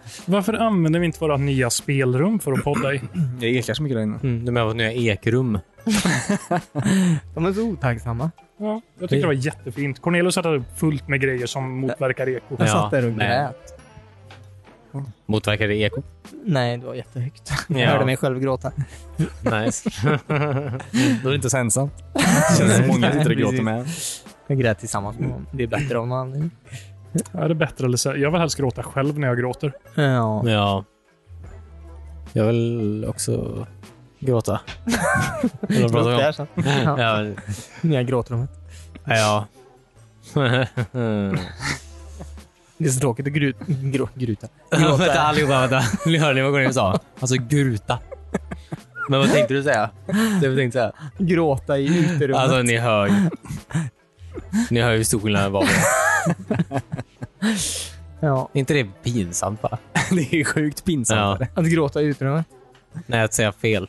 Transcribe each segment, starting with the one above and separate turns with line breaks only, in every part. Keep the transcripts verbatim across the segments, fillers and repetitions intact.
Varför använder vi inte våra nya spelrum för att podda i?
Jag ekar så mycket där inne.
Mm, de har vårt nya ekrum.
De är så otacksamma.
Ja, jag tycker det var jättefint. Cornelius hade fullt med grejer som motverkar eko.
Jag
Ja,
satt där och
nej.
grät.
Motverkar det eko?
Nej, det var jättehögt.
Ja.
Jag hörde mig själv gråta.
Nice.
Då är det inte så ensam. Det känns som många sitter och gråter med.
Jag grät tillsammans med honom. Det är bättre av någon anledning.
Ja, är det bättre eller så? Jag vill helst gråta själv när jag gråter.
Ja.
Ja. Jag vill också gråta. Eller vad pratar vi om?
Så. Ja.
Ja.
Nya gråtrummet.
Ja.
Det är så tråkigt att grut, grå, gruta.
Ja, vänta allihopa, vänta. Nu hörde ni vad Cornelius sa. Alltså gruta. Men vad tänkte du säga? Det jag tänkte säga.
Gråta i uterummet.
Alltså ni hör ju. Ni hör ju hur stor skillnad var.
Ja.
Är inte det pinsamt va?
Det är sjukt pinsamt.
Ja.
Att gråta i uterummet.
Nej, att säga fel.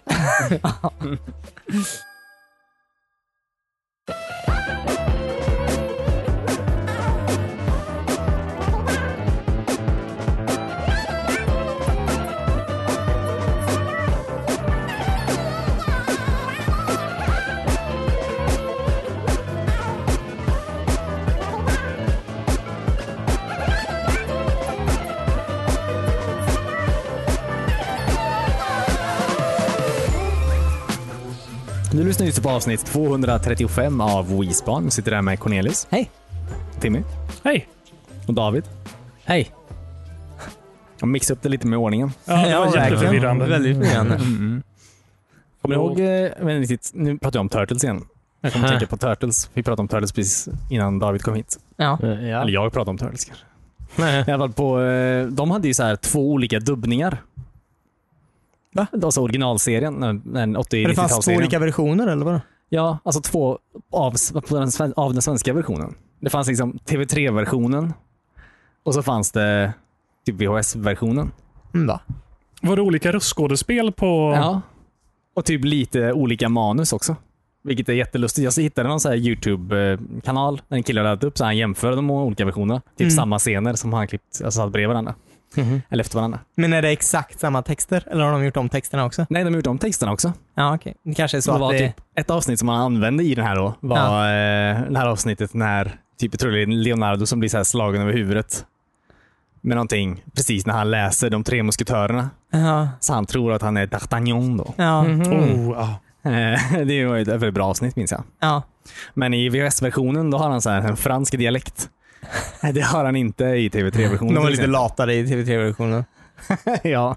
Du lyssnar just på avsnitt tvåhundratrettiofem av Wispan. Sitter där med Cornelius.
Hej.
Timmy.
Hej!
Och David.
Hej.
Jag mixar upp det lite med ordningen.
Ja, det var jätteförvirrande.
Väldigt förvirrande.
Mm. Kommer du ihåg, eh, men riktigt, nu pratar jag om Turtles igen. Jag kommer tänka på Turtles. Vi pratade om Turtles precis innan David kom hit.
Ja.
Ja.
Eller jag pratade om Turtles kanske. Jag var på, eh, de hade ju så här två olika dubbningar. Va? Alltså originalserien, den åttio
Det fanns två
nittiotalsserien.
olika versioner eller vad?
Ja, alltså två av, på den, sven- av den svenska versionen. Det fanns liksom T V tre-versionen och så fanns det typ V H S-versionen.
Mm, va?
Var det olika röstskådespel på...
Ja. Och typ lite olika manus också. Vilket är jättelustigt. Jag hittade någon så här YouTube-kanal där en kille hade lagt upp så han jämförde de olika versionerna. Typ
Mm.
samma scener som han klippt, alltså satt bredvid varandra.
Mm-hmm.
Eller efter varandra.
Men är det exakt samma texter? Eller har de gjort om texterna också?
Nej, de har gjort om texterna också.
Ja, okej. Det kanske är så
det
att
var
det...
typ ett avsnitt som man använde i den här då. Var eh, det här avsnittet när typ, jag tror det är Leonardo som blir så här slagen över huvudet. Med någonting precis när han läser de tre musketörerna.
Ja.
Så han tror att han är D'Artagnan då.
Ja.
Oh, ja.
Eh, det var ett väldigt bra avsnitt minns jag.
Ja.
Men i V H S-versionen då har han så här en fransk dialekt. Nej, det har han inte i T V tre-versionen.
De var
till
lite
exempel.
latare i T V tre-versionen.
Ja.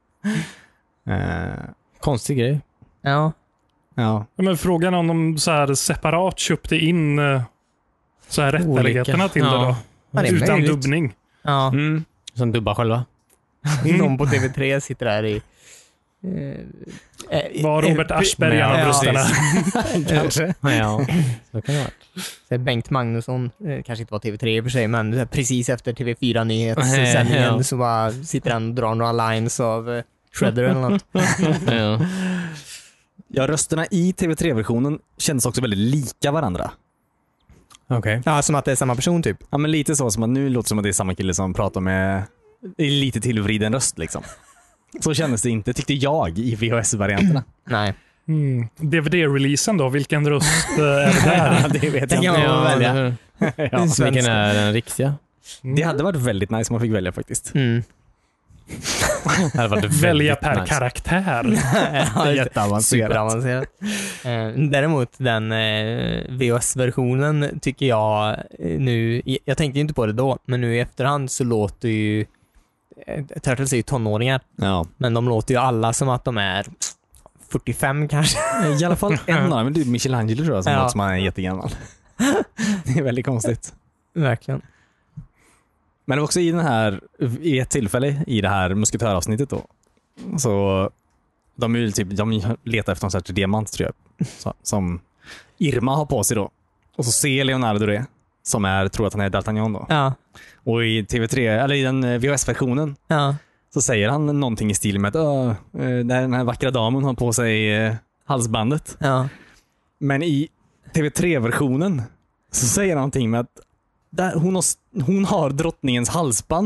Eh,
Konstig grej.
Ja.
ja.
Men frågan är om de så här separat köpte in eh, så här rättigheterna till
Ja.
det då.
Ja, det är
Utan
möjligt.
dubbning.
Ja.
Mm.
Som dubbar själva.
Någon på T V tre sitter där i... Eh, eh,
Var Robert
eh,
Aschberg en av
ja,
rösterna?
Kanske.
Ja, så kan det vara.
Så Bengt Magnusson, eh, kanske inte var T V tre i och för sig, men så här precis efter T V fyra-nyhetssändningen
Ja.
så bara sitter han och drar några lines av eh, Shredder eller något.
Ja.
Ja, rösterna i T V tre-versionen känns också väldigt lika varandra.
Okej. Okay.
Ja, som att det är samma person typ.
Ja, men lite så som att nu låter det som att det är samma kille som pratar med lite tillvriden röst liksom. Så kändes det inte, tyckte jag, i V H S-varianterna.
Nej.
Mm. D V D-releasen då? Vilken röst eh, är det där?
det vet
Det
jag
kan
inte.
man välja.
eller hur?
Ja.
Svenska.
Vilken är den riktiga?
Det hade varit väldigt nice om man fick välja faktiskt.
Mm.
Det hade varit
Välja
väldigt
per
nice.
karaktär.
Ja,
Jätteavancerat.
superavancerat. Eh, däremot den eh, V H S-versionen tycker jag eh, nu, jag tänkte ju inte på det då, men nu i efterhand så låter ju eh, Turtles är ju tonåringar,
Ja.
men de låter ju alla som att de är fyrtiofem kanske.
I alla fall en av dem, det är Michelangelo tror jag, som
Ja.
låter som han är jättegammal. Det är väldigt konstigt.
Verkligen.
Men det var också i den här, i ett tillfälle i det här musketöravsnittet då. Så de är ju typ, de letar efter någon sorts diamant tror jag. Så, som Irma har på sig då. Och så ser Leonardo det, som är, tror att han är D'Artagnan då.
Ja.
Och i T V tre, eller i den V H S-versionen,
Ja.
så säger han någonting i stil med att Åh, eh, den här vackra damen har på sig eh, halsbandet.
Ja.
Men i T V tre-versionen så säger han någonting med att där, hon, har, hon har drottningens halsband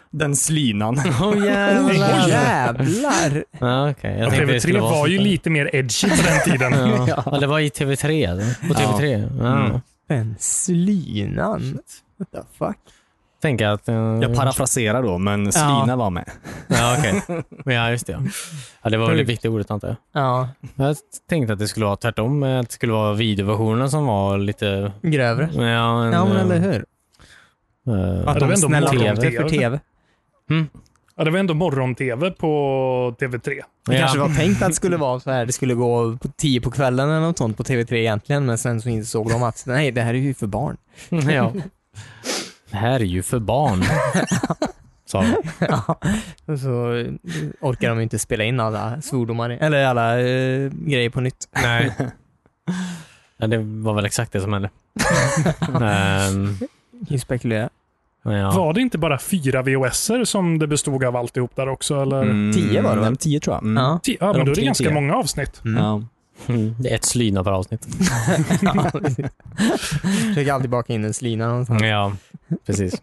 Den slinan.
Åh
Åh
jävlar!
jävlar!
Ja, okej. Jag
Och
tänkte det
T V tre
skulle vara
var ju
så.
lite mer edgy på den tiden.
Ja. Ja, det var i T V tre. eller? På T V tre. Ja.
Mm.
Den slinan. What the fuck?
Tänker att... Uh...
Jag parafraserar då, men slina var med.
Ja, okej. Ja, just det. Ja, det var väl det viktiga ordet, antar jag.
Ja,
Jag tänkte att det skulle vara tvärtom. Att det skulle vara videoversionen som var lite...
grövre.
Ja, en,
Ja, men eller hur?
Uh,
Att
det var
de
ändå
snälla
morgon-
inte för tv.
Ja, det var ändå morgon-tv på T V tre.
Det
ja.
kanske var tänkt att det skulle vara så här, det skulle gå på tio på kvällen eller något sånt på T V tre egentligen, men sen så insåg de att nej, det här är ju för barn.
Ja. Det här är ju för barn. Sa de.
Ja, och så orkar de ju inte spela in alla svordomar, eller alla eh, grejer på nytt.
Nej. Ja, det var väl exakt det som hände. um,
Kan ju spekulera.
ja.
Var det inte bara fyra V H S-er som det bestod av alltihop där också? Eller?
Mm,
Tio var det väl?
nej, Tio tror jag. Mm.
Ja.
Ti- Ja, men
de
då är det
tre,
ganska
tio.
många avsnitt.
Mm.
Ja.
Mm, det är ett slyna per avsnitt.
Ja, precis. Försöker alltid baka in en slina någonstans.
Ja, precis.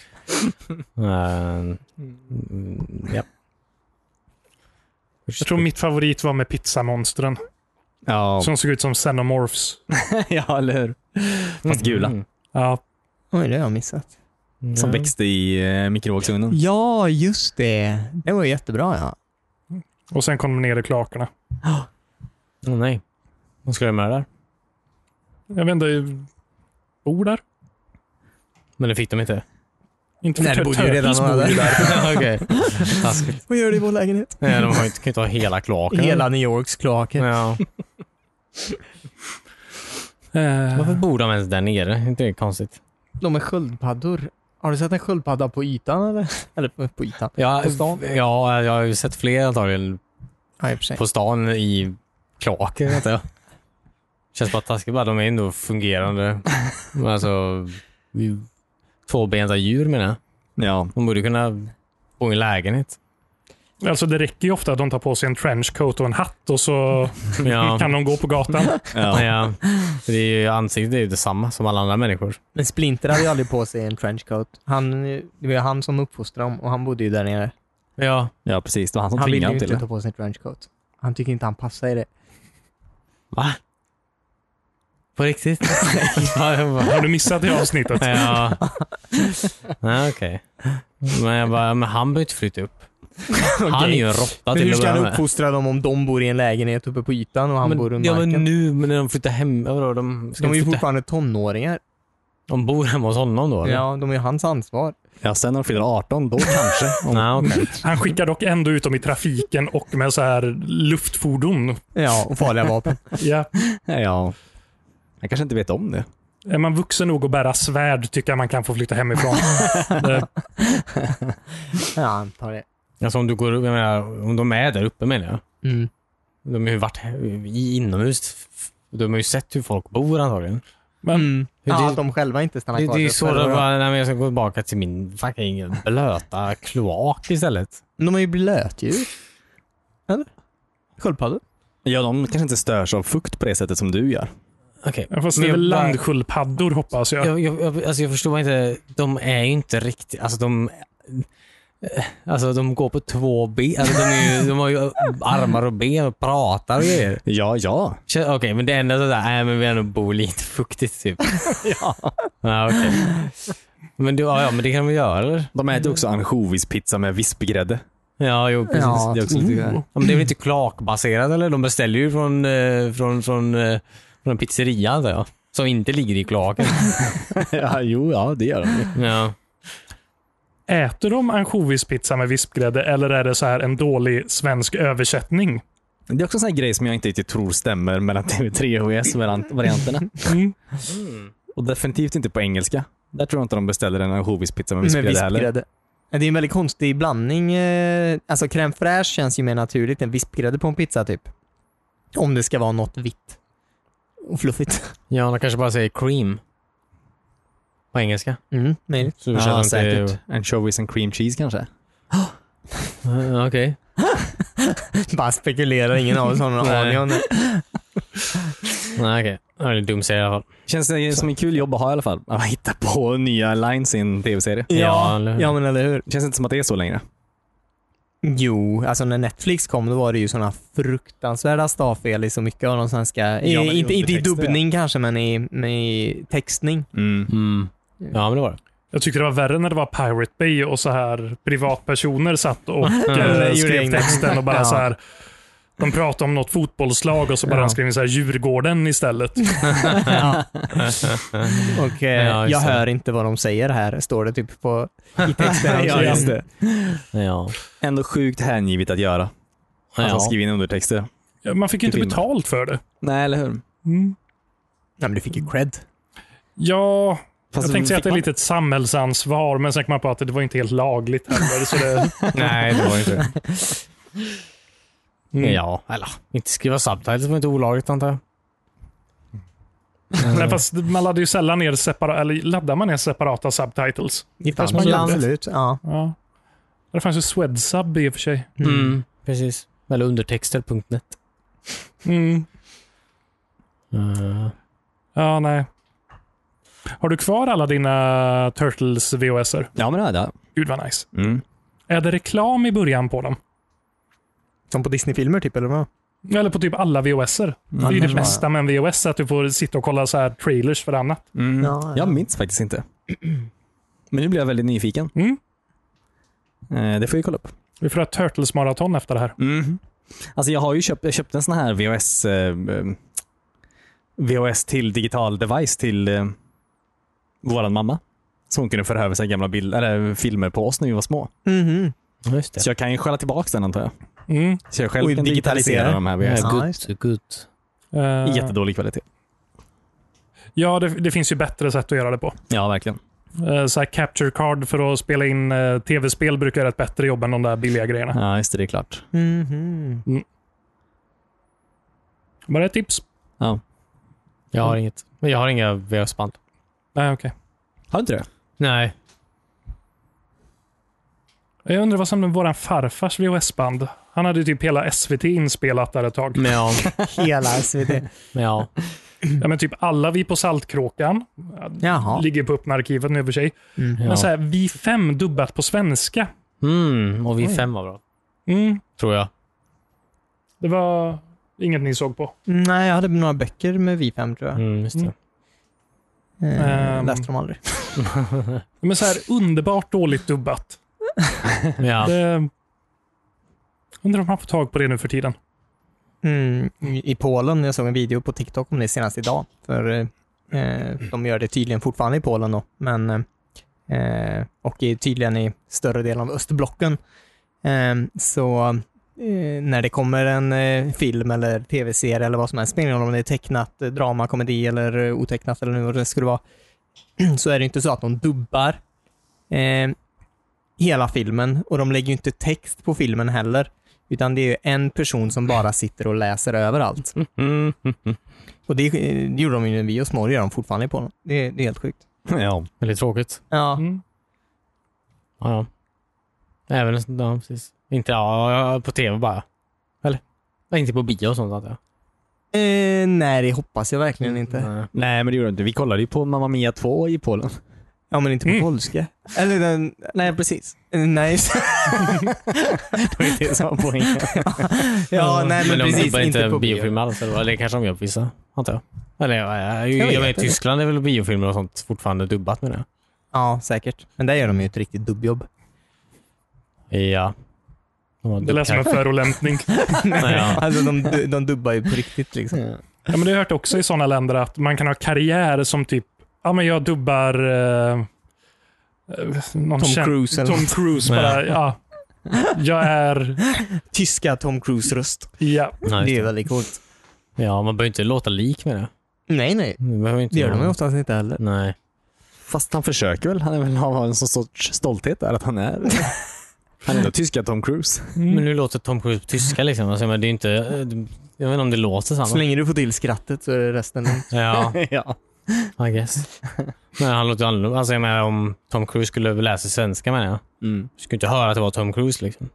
um, ja.
Jag tror mitt favorit var med pizzamonstren.
Ja.
Som såg ut som Xenomorphs.
ja, eller hur? Fast gula.
Mm.
Ja,
Oj, det har jag missat.
Som
Ja.
växte i eh, mikrovågsugnen.
Ja, just det. Det var jättebra, ja.
och sen kom de ner i kloakerna.
Åh nej. Vad ska jag med det där?
Jag vet inte, bor där?
Men det fick de inte.
Inte för
Nej, det
Tur-
borde ju redan
Turtles
vara
bor ju
där.
där.
Okej. Taskigt.
Vad gör du i vår lägenhet?
Nej, de har ju inte, kan ju inte ha hela kloaken.
Hela New Yorks kloaker.
Ja.
Eh,
Varför bor de ens där nere? Inte det konstigt?
De är sköldpaddor. Har du sett en sköldpadda på ytan eller? Eller på, på ytan?
Ja,
På stan?
ja, jag har ju sett fler antagligen
Ja, i och för sig.
på stan i kloaker, vet jag. Känns bara taskigt, bara de är ändå fungerande. Alltså, vi- tvåbenta djur menar jag.
Ja.
De borde kunna bo i en lägenhet.
Alltså det räcker ju ofta att de tar på sig en trenchcoat och en hatt och så
Ja,
kan de gå på gatan.
Ja.
ja. För det är ju, ansiktet är ju detsamma som alla andra människor.
Men Splinter hade ju aldrig på sig en trenchcoat. Han, det var ju han som uppfostrade dem och han bodde ju där nere.
Ja,
ja, precis. Det var han som
Han ville
tvingade
ju
honom till
inte
det.
ta på sig en trenchcoat. Han tycker inte han passar i det.
va? På riktigt? Va- va-
Har du missat det avsnittet?
Ja. Ja, okej. Men jag bara, men han behöver inte flytta upp. Han är ju en råtta
Men
till
hur
att
ska
börja
han
med.
uppfostra dem om de bor i en lägenhet uppe på ytan och han
Men,
bor under
ja,
marken?
men nu, men när de flyttar hem, vadå, de ska
De är ju
flytta,
fortfarande tonåringar.
de bor hemma hos honom då? eller?
Ja, de är ju hans ansvar.
Ja, sen när de fyller arton, då kanske. Om-
Nej, okej.
Han skickar dock ändå ut dem i trafiken och med så här luftfordon.
Ja, och farliga vapen.
Ja.
Ja. Jag kanske inte vet om det.
Är man vuxen nog att bära svärd tycker jag man kan få flytta hemifrån. Det-
Ja, antar det.
Alltså om du går upp, jag menar, om de är där uppe menar jag.
Mm.
De har ju varit he- i inomhus. De har ju sett hur folk bor antagligen.
Men
Mm.
Hur
Ja,
det-
att de själva inte stannar
Det,
kvar.
det är ju
där
så
uppe,
att
eller?
bara, när jag ska gå tillbaka till min fucking blöta kloak istället.
De är ju blötdjur. Eller? Sköldpaddor?
Ja, de kanske inte störs av fukt på det sättet som du gör.
Okej.
ja, fast det
Men
är väl
jag bara-
landsköldpaddor hoppas jag.
Jag, jag, jag, alltså jag förstår inte, de är ju inte riktigt, alltså de alltså de går på två ben, alltså de, är ju, de har ju armar och ben och pratar och grejer.
Ja, ja.
Kän- Okej, men det enda sådär, nej men vi ändå bor lite fuktigt typ. ja. Ja, okej. Men, det, ja, ja, men det kan vi göra eller?
De äter också ansjovispizza med vispgrädde.
Ja, jo precis.
Ja.
Det är också lite...
Oh.
Ja, men det är väl inte klakbaserat eller? De beställer ju från, eh, från, från, eh, från en pizzeria antar jag. Som inte ligger i klaken.
ja, jo, ja, det gör de.
Ja.
Äter de ansjovispizza med vispgrädde eller är det så här en dålig svensk översättning?
Det är också en sån här grej som jag inte riktigt tror stämmer mellan T V tre och O S-varianterna.
Mm.
Och definitivt inte på engelska. Där tror jag inte de beställer en ansjovispizza med
Med
vispgrädde heller.
vispgrädde. Ja, det är en väldigt konstig blandning. eh, Alltså crème fraîche känns ju mer naturligt än vispgrädde på en pizza typ. Om det ska vara något vitt och fluffigt.
Ja, de kanske bara säger cream. På engelska.
Mm, möjligt.
Så det
Ja,
känns inte-
säkert. Anchovies and cream cheese kanske.
Ja, okej.
Bara spekulerar, ingen av oss har någon
Nej.
aning om det.
Nej, okej. Okay. Det är en dum serie i alla fall.
Känns det som en kul jobb att ha i alla fall. Att hitta på nya lines i en tv-serie.
Ja,
Ja, eller hur?
ja, men eller hur?
Det känns inte som att det är så längre.
Jo, alltså när Netflix kom då var det ju såna fruktansvärda stavfel i så mycket av de svenska, i,
Ja, men
inte, inte i
undertexter,
dubbning kanske, men i, men i textning.
Mm.
Mm. Ja, men det var det.
Jag tyckte det var värre när det var Pirate Bay och så här privatpersoner satt och
Mm.
eh,
Gjorde
skrev
egna.
texten och bara
Ja.
så här. De pratade om något fotbollslag och så bara
Ja.
de skrev in så här Djurgården istället.
Ja. Och eh,
Ja, just
jag
det.
hör inte vad de säger här, står det typ på i texten.
Ja, just det.
Ja.
Ändå sjukt hängivet att göra. Alltså
Ja.
skriva in undertexter.
Ja, man fick ju
Till
inte
filmer.
betalt för det.
Nej, eller hur?
Mm.
Nej, men du fick ju cred.
Ja,
Fast
jag tänkte säga att det är
fick
lite ett samhällsansvar, men sen kom man på att det var inte helt lagligt heller. Så det,
Nej, det var inte det.
mm.
Ja, eller inte skriva subtitles var inte olagligt antar jag.
Nej, fast man laddade ju sällan ner separata, eller laddar man ner separata subtitles?
Det
Fast
fanns
man gjorde.
absolut. Ja.
Ja. Det fanns ju Swedsub i och för sig.
Mm.
Mm.
Precis. Eller undertexter punkt net.
Mm.
Uh,
Ja, nej. Har du kvar alla dina Turtles V H S-er?
Ja, men det är det.
Gud vad nice.
Mm.
Är det reklam i början på dem?
Som på Disney-filmer typ, eller vad?
Eller på typ alla V H S-er? det är
kanske
det
var.
bästa med en V H S, att du får sitta och kolla så här trailers för annat.
Mm.
Ja, ja.
Jag minns faktiskt inte. Men nu blir jag väldigt nyfiken.
Mm.
Eh, det får jag kolla upp.
Vi får ha ett Turtles-maraton efter det här.
Mm. Alltså jag har ju köpt, jag köpte en sån här V H S eh, V H S till digital device till eh, våran mamma. Så hon kunde föra över sig gamla bilder, eller filmer på oss när vi var små.
Mhm.
just det.
Så jag kan ju skälla tillbaka den antar jag.
Mm.
Så jag själv
Och
kan digitalisera
digitalisera.
de här V H S.
Ja,
Ja,
good,
just
good.
Eh,
I jättedålig kvalitet.
Ja, det, det finns ju bättre sätt att göra det på.
Ja, verkligen.
Eh, så här capture card för att spela in eh, tv-spel brukar göra ett bättre jobb än de där billiga grejerna.
Ja, just det, det är klart.
Mhm.
Bara ett tips.
Ja.
Jag har inget. Men jag har inga V H S-band.
Nej, okej.
Har du inte det?
Nej.
Jag undrar vad som med våran farfars V H S-band. Han hade ju typ hela S V T inspelat där ett tag.
Men ja.
Hela S V T.
Men ja.
Ja, men typ alla Vi på Saltkråkan.
Jaha.
Ligger på öppna arkivet nu i och för sig.
Mm.
Ja.
Men så här, Vi fem dubbat på svenska.
Mm, och vi
Oj.
fem var bra.
Mm.
Tror jag.
Det var inget ni såg på.
Nej, jag hade några böcker med Vi fem tror jag.
Mm, just det.
Mm.
Eh,
Ehm.
läste dem aldrig.
Men så här underbart dåligt dubbat.
Ja.
Det, undrar om man får tag på det nu för tiden.
Mm, i i Polen, jag såg en video på TikTok om det senast idag. För eh, de gör det tydligen fortfarande i Polen då. Men, eh, och är tydligen i större delen av östblocken. Eh, så eh, när det kommer en eh, film eller tv-serie eller vad som helst, spelar ingen roll om det är tecknat, eh, drama, komedi eller eh, otecknat eller nu vad det skulle vara, så är det inte så att de dubbar eh, hela filmen och de lägger ju inte text på filmen heller. Utan det är ju en person som bara sitter och läser överallt.
Mm.
Och det, det gjorde de ju när vi och små, det gör de fortfarande på. Det, det är helt sjukt.
Ja.
Väldigt tråkigt.
Ja.
Mm.
Ja, ja. Även ja, precis. Inte ja, på tv bara. Eller? Nej, inte på bio och sånt antar jag.
Eh, nej, det hoppas jag verkligen inte.
Nej.
Nej, men det gjorde inte. Vi kollade ju på Mamma Mia två i Polen.
Ja, men inte på
Mm.
polska. Eller den...
Nej, precis.
eh, Nej.
Det var ju det som var poängen.
ja, nej, men,
de
precis.
dubbar
Inte
inte
på bio.
biofilmer alls. Eller det kanske de gör på vissa, antar jag. Eller jag, jag, jag,
vet
jag vet, i
inte.
Tyskland är väl biofilmer och sånt fortfarande dubbat med det.
Ja, säkert. Men där gör de ju ett riktigt dubbjobb.
Ja. De har
Det lät som en
dubbkaraktär.
förolämpning.
Ja.
Alltså, de, de dubbar ju på riktigt liksom.
Ja, men det har jag hört också i sådana länder att man kan ha karriär som typ, ja men jag dubbar eh, eh, någon
Tom
känd-
Cruise eller
Tom Cruise bara, ja. Jag är,
Tyska Tom Cruise-röst.
ja.
Ja,
Det
just
är
det.
väldigt coolt.
Ja, man behöver inte låta lik med det.
Nej, nej.
Det behöver inte
Det gör de
vara-
ju oftast inte heller.
Nej.
Fast han försöker väl. Han är väl har en sån sorts stolthet där att han är han är ändå tyska Tom Cruise.
Mm.
Men nu låter Tom Cruise på tyska liksom. Alltså, men det är inte... Jag vet inte om det låter samma.
Så länge du får till skrattet så är det resten lugnt.
Ja,
ja.
I guess. Men han låter annorlunda. Alltså jag menar om Tom Cruise skulle läsa svenska menar jag.
Mm.
Du skulle inte höra att det var Tom Cruise liksom.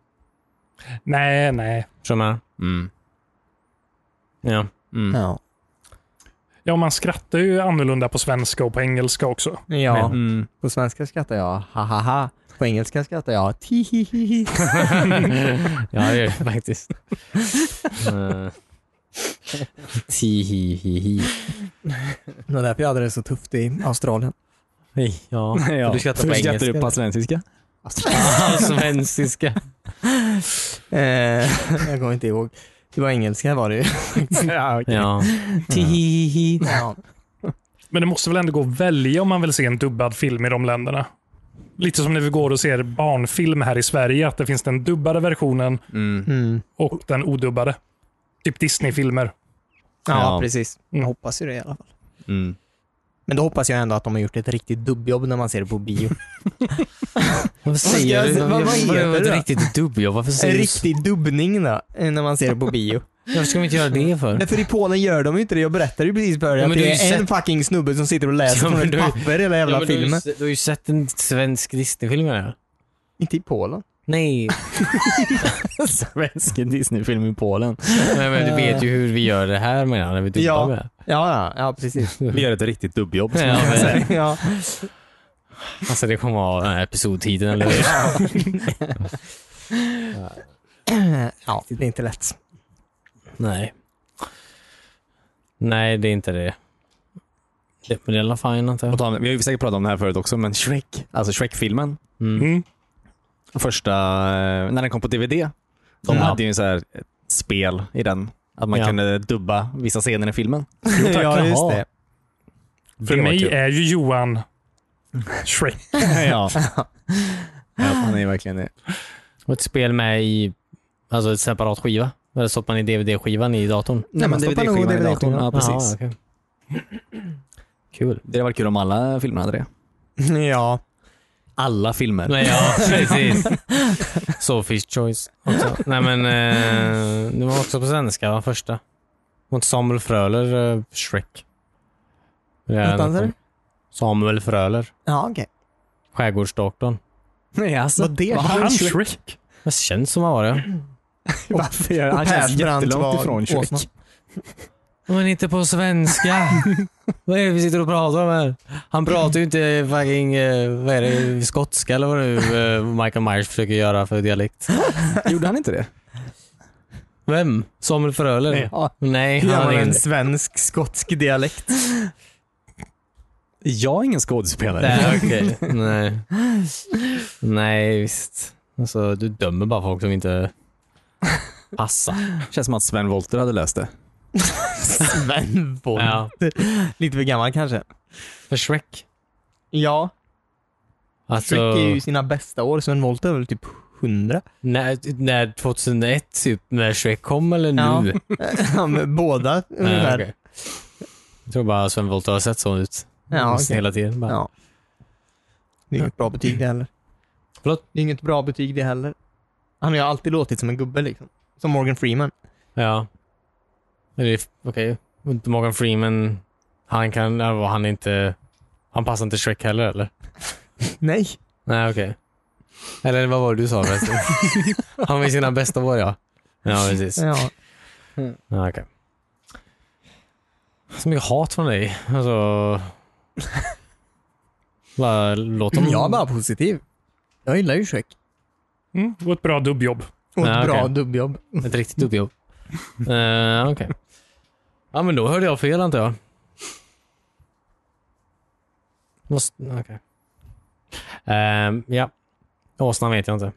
Nej, nej.
Förstår du vad jag menar?
Mm.
Ja.
Mm.
Ja.
Ja, man skrattar ju annorlunda på svenska och på engelska också.
Ja,
Mm.
på svenska skrattar jag ha ha ha. På engelska skrattar jag tihihihi.
Ja, det är det faktiskt. Uh, Tihihihi.
Det var därför jag hade det så tufft i Australien.
Ja,
Ja.
du skrattar
För
på
du skrattar
engelska.
upp på svenska.
Ja, svenska.
Eh, jag kommer inte ihåg. Det var engelska var det ju.
Ja, okej.
Ja. Tihihihi.
Ja.
Men det måste väl ändå gå att välja om man vill se en dubbad film i de länderna. Lite som när vi går och ser barnfilm här i Sverige, att det finns den dubbade versionen
Mm.
Mm.
och den odubbade. Typ Disney-filmer.
Ja,
Ja.
precis. Jag
Mm.
hoppas ju det i alla fall.
Mm.
Men då hoppas jag ändå att de har gjort ett riktigt dubbjobb när man ser det på bio.
Vad säger
jag
du?
säga? Vad- vad heter
Vad är
det
ett
då?
riktigt dubbjobb? Varför
En
säger du så?
riktig dubbning då, eh, när man ser det på bio.
Varför ska vi inte göra det för?
Därför i Polen gör de ju inte det. Jag berättade ju precis början
Ja,
att
men
det
du
är
har ju
en
sett-
fucking snubbe som sitter och läser
Ja,
från
men
ett
du har ju-
papper hela jävla
Ja, men du, har ju
filmen.
se- du har ju sett en svensk Disney-film här.
Inte i Polen.
Nej.
Svensk Disney-film i Polen.
Nej, men du vet ju hur vi gör det här med när vi dubbar
Ja.
med.
Ja, ja, ja precis.
Vi gör ett riktigt dubbjobb.
Ja,
Ja,
men,
ja.
alltså det kommer vara den här episodtiden eller
ja, det är inte lätt.
Nej. Nej, det är inte det. Det men det är alla fine antar
På
jag.
tal om- vi har ju säkert pratat om det här förut också, men Shrek, alltså Shrek-filmen,
Mm.
Mm.
första, eh, när den kom på D V D, de
Ja.
hade ju så här ett spel i den, att man
Ja.
kunde dubba vissa scener i filmen.
Ja, just det.
För
Det var
mig
kul.
är ju Johan Shrek.
ja. Ja, han är ju verkligen det.
Och ett spel med i alltså ett separat skiva. Eller stoppar man i D V D-skivan i datorn?
Nej, man stoppar nog
D V D-skivan i datorn.
D V D-skivan.
Ja, precis.
Jaha, okej. Kul.
Det var kul om alla filmer hade det.
Ja.
Alla filmer.
Nej, ja, precis. Sophie's Choice också. Nej, men eh, det var också på svenska, va, första. Mot Samuel Fröler, eh, Shrek. Det är
Vänta,
något
sa
om-
du?
Samuel Fröler,
Ja, okej.
Skärgårdsdoktorn.
Nej, alltså.
Vad det?
Var han Shrek?
Det känns som han var det.
Varför gör
Och
han? känns
Persbrandt
jättelångt
var
ifrån Shrek.
åsna.
Men inte på svenska. Vad är det vi sitter och pratar om här? Han pratar ju inte fucking, eh, vad är det, skotska eller vad nu eh, Michael Myers försöker göra för dialekt.
Gjorde han inte det?
Vem? Samuel Fröler?
Ja.
Nej,
Hur gör
han
man
är
en
inte.
svensk skotsk dialekt?
Jag är ingen skådespelare.
Nej, okej. Nej. Nej, visst. Alltså, du dömer bara folk som inte passar.
Känns som att Sven Wollter hade löst det.
Sven Wollter.
Ja.
Lite för gammal kanske.
För Shrek.
Ja,
Alltså,
Shrek är ju i sina bästa år. Sven Wollter är väl typ hundra.
när, när tjugohundraett typ, när Shrek kom eller nu?
Ja. Ja, men båda
Nej,
ungefär.
okej. Jag tror bara Sven Wollter har sett så ut.
Ja, okej.
Hela tiden. Bara.
Ja. Det är inget bra betyg det heller.
Förlåt?
Det är inget bra betyg det heller. Han har ju alltid låtit som en gubbe liksom. Som Morgan Freeman.
Ja. Är det- Okej. Okay. Morgan Freeman, han kan, han är inte, han passar inte Shrek heller eller?
Nej.
Nej, okej. Eller vad var det du sa förresten? Han var i sina bästa år, ja. Ja, precis.
Ja.
Ja, okej. Så mycket hat från dig. Alltså... Bara, låt dem...
Jag är bara positiv. Jag gillar ju Shrek.
Mm. Och ett bra dubbjobb.
Och ett
Ja,
bra
okej.
dubbjobb.
Ett riktigt dubbjobb. uh, okej. Ja, men då hörde jag fel, antar jag. Måste... Okej. Ehm, ja. Åsnan vet jag inte.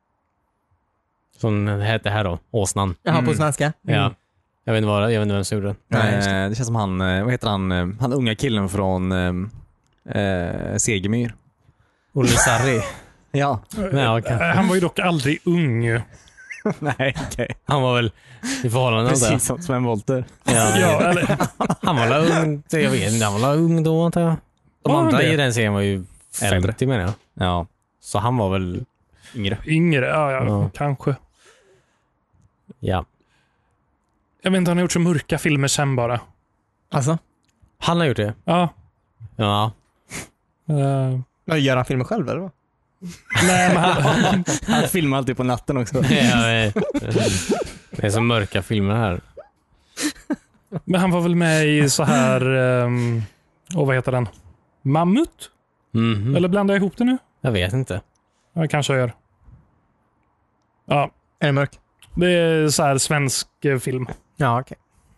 Som det heter här då. Åsnan.
Jaha, på
Mm.
svenska?
Ja. Jag vet inte vad, jag vet inte vem som gjorde den.
Nej, just
Eh, det känns som han, eh, vad heter han, eh, han unga killen från eh, eh, Segemyhr.
Olle Sarri.
Ja.
Ja, okej.
Eh, Han var ju dock aldrig ung.
Nej, okej.
Han var väl i förhållande antar jag.
Precis som Sven Wollter.
Ja,
Ja, eller,
han var väl ung, jag vet inte, han var väl ung då antar jag. De
Var han
andra
det?
i den serien var ju
Äldre.
femtio menar jag.
Ja.
Så han var väl,
Yngre.
yngre, ja, ja,
Ja.
kanske.
ja.
Jag vet inte, han har gjort så mörka filmer sen bara.
Alltså?
Han har gjort det.
Ja.
Ja.
Uh,
Ja, gör han filmer själv eller vad?
nej, men han,
Han filmar alltid på natten också.
Ja, det är så mörka filmer här.
Men han var väl med i så här... Um, och vad heter den? Mammut?
Mhm.
Eller blandar jag ihop det nu?
Jag vet inte.
Ja, kanske jag gör. Ja,
Är det mörk?
det är så här svensk eh, film.
Ja, okej.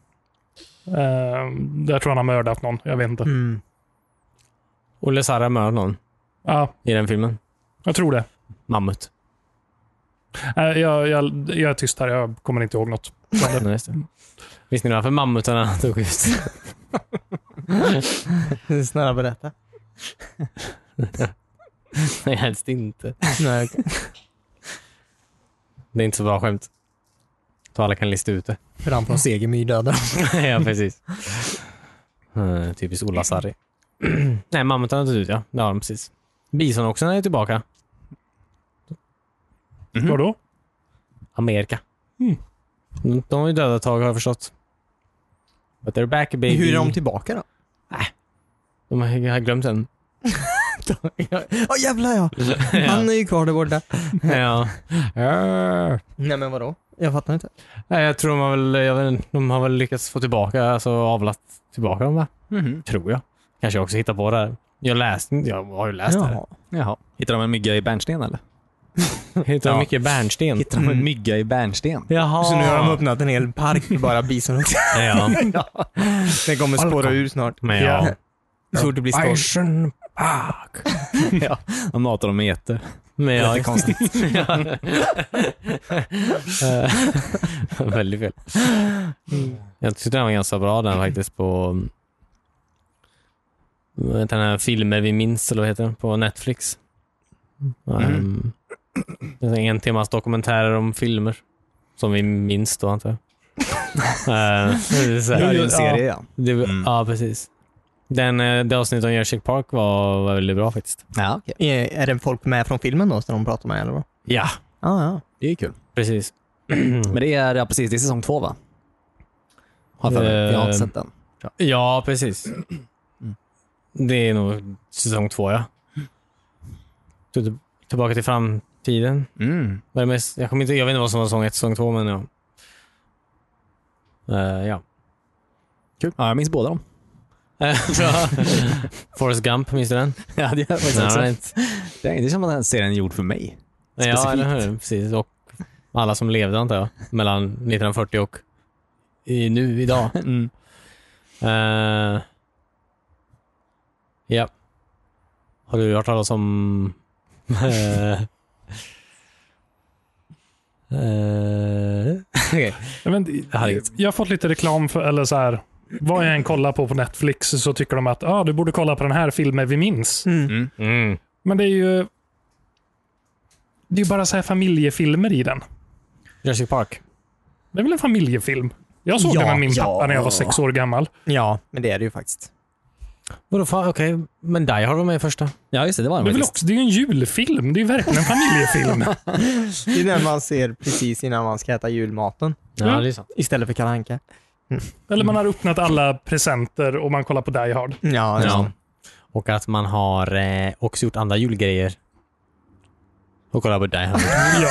Uh, där tror han har mördat någon. Jag vet inte.
Mm.
Olle Sarra mördade någon
Ja,
i den filmen.
jag tror det.
Mammut.
Uh, jag, jag, jag är tyst här. Jag kommer inte ihåg något.
Nej, just det. Visste ni varför mammutarna tog ut?
Snälla berätta.
Nej, helst inte.
Nej, okej.
Det är inte så bra skämt. Så alla kan lista ut det.
För han från Segemyr dödar.
Ja, precis. Uh, typiskt Ola Sarri. Nej, mammutarna tog ut, ja. Det har de precis. Bison också är tillbaka.
Mhm.
Vadå?
Amerika.
Mm.
De, de har ju dödat ett tag, har jag förstått. But they're back, baby.
Hur är de tillbaka då?
De har, jag har glömt den.
Åh jävlar ja! Han är ju kvar där borta.
Ja.
Nej men vadå? Jag fattar inte.
Nej, jag tror de har väl, jag vet inte, de har väl lyckats få tillbaka, alltså avlat tillbaka dem, va?
Mhm.
Tror jag. Kanske jag också hittar på det här. Jag läste inte, jag har ju läst det här.
Jaha.
Jaha. Hittar de en mygga i bärnsten eller?
Hittar de
Ja.
mycket bärnsten?
Hittar de en mygga i bärnsten?
Jaha.
Så nu har de öppnat en hel park för bara bison också.
Ja.
Den kommer spåra ur snart.
Men ja.
Så fort det blir storm.
Bison Park.
Ja. De matar dem med getter.
Men ja,
Det är konstigt.
Eh, väldigt fel. Jag tyckte den var ganska bra den faktiskt på den här filmer vi minns, eller vad heter den, på Netflix. Um, det är en timmas dokumentärer om filmer som vi minns då, antar jag. Eh, det är så
Det är
här-
ju en serie, ja.
det,
Mm.
Ja, precis. Den, eh, det avsnittet om Jurassic Park var, var väldigt bra faktiskt.
Ja, okej.
Är, är det folk med från filmen då som de pratar med eller vad?
Ja,
Ja, ja.
Det är kul.
precis.
Men det är, ja, precis, det är säsong två, va? Har för mig. Jag har inte sett den.
Ja, precis. Det är nog säsong två, ja. Till- Tillbaka till framtiden.
Mm.
Vad är det mest? Jag, kommer inte, jag vet inte vad som var säsong ett, säsong två, men ja. Uh, ja.
Kul. Ja, jag minns båda dem.
Bra. Forrest Gump, minns du den?
Ja, det är faktiskt
Ja,
också.
right.
Det är inte som att den serien är gjord för mig.
Ja,
Specifikt.
eller hur? Precis. Och alla som levde, antar jag. Mellan nittonhundrafyrtio och i, nu, idag.
Mm.
Uh, ja. Har du hört talas om... Uh, uh, Okej.
Jag, vet, inte,
Jag hade inget.
jag har fått lite reklam för, eller så här, vad jag än kollar på på Netflix så tycker de att ah, du borde kolla på den här filmen vi minns.
Mm.
Mm.
Mm.
Men det är ju det är ju bara så här familjefilmer i den.
Jurassic Park.
Det är väl en familjefilm? Jag såg
Ja,
den med min
ja.
pappa när jag var sex år gammal.
Ja, men det är det ju faktiskt.
Vadå fan, okej. Men Die Hard var med i första.
Ja, just det. Det var
Det
den
är, väl
faktiskt.
också, det är ju en julfilm. Det är ju verkligen en familjefilm.
Det är den man ser precis innan man ska äta julmaten.
Ja,
Ja.
det är sant.
Istället för Kalle Anka.
Eller man har öppnat alla presenter och man kollar på Die Hard.
Ja,
Ja.
ja.
Och att man har eh, också gjort andra julgrejer. Och kolla på Die Hard.
Ja.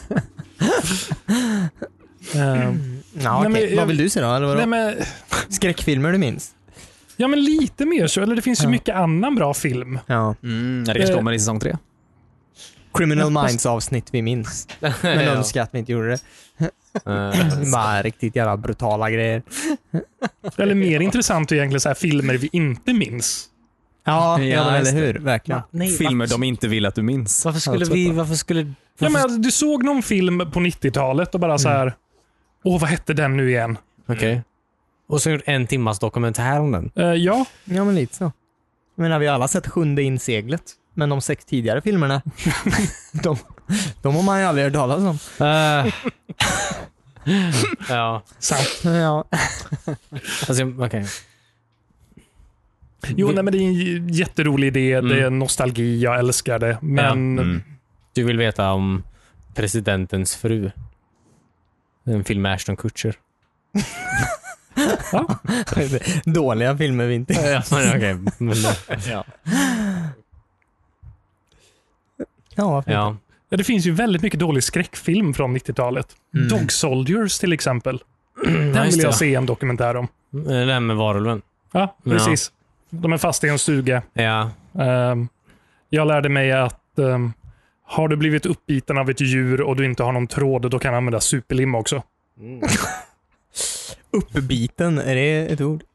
Eh,
ja
Nej,
okej.
men jag-
Vad vill du se då? Eller vadå?
nej, men,
Skräckfilmer du minns?
ja, men lite mer så. Eller det finns ju
Ja.
mycket annan bra film.
Ja.
Mm. Ja, det kanske
Eh.
kommer i säsong tre.
Criminal
Ja, fast-
Minds avsnitt vi minns. Men önskar att vi inte gjorde det.
Eh,
Bara riktigt jävla brutala grejer.
Eller mer intressant är egentligen så här filmer vi inte minns.
Ja,
Ja,
ja
just
eller
det.
hur? Verkligen.
nej,
Filmer
varför,
de inte vill att du minns.
varför skulle
Alltså,
vi...
bara-
Varför skulle...
Ja,
Varför,
men, du såg någon film på nittiotalet och bara så här. Åh, vad hette den nu igen?
Okej. Och så gjort en timmas dokumentär om den.
Eh, ja,
Ja, men lite så. Jag menar, vi har alla sett Sjunde inseglet. Men de sex tidigare filmerna, de, de har man ju aldrig hört talas om.
Eh. Ja.
sant.
Ja.
Alltså, okej.
Jo, nej, men det är en jätterolig idé.
Mm.
Det är nostalgi. Jag älskar det. Men
Mm.
Du vill veta om presidentens fru. En film med Ashton Kutcher.
ja,
Dåliga filmer vi inte...
Ja, men okej. Men,
Ja.
Ja, varför inte?
ja.
ja, det finns ju väldigt mycket dålig skräckfilm från nittiotalet.
Mm.
Dog Soldiers till exempel.
Ja,
Den
just
vill
det,
jag
ja.
se en dokumentär om.
Det där med varulven.
Ja, precis. Ja. De är fast i en stuga.
Ja.
Um, jag lärde mig att um, har du blivit uppbiten av ett djur och du inte har någon tråd, då kan du använda superlim också.
Mm. Uppbiten, är det ett ord?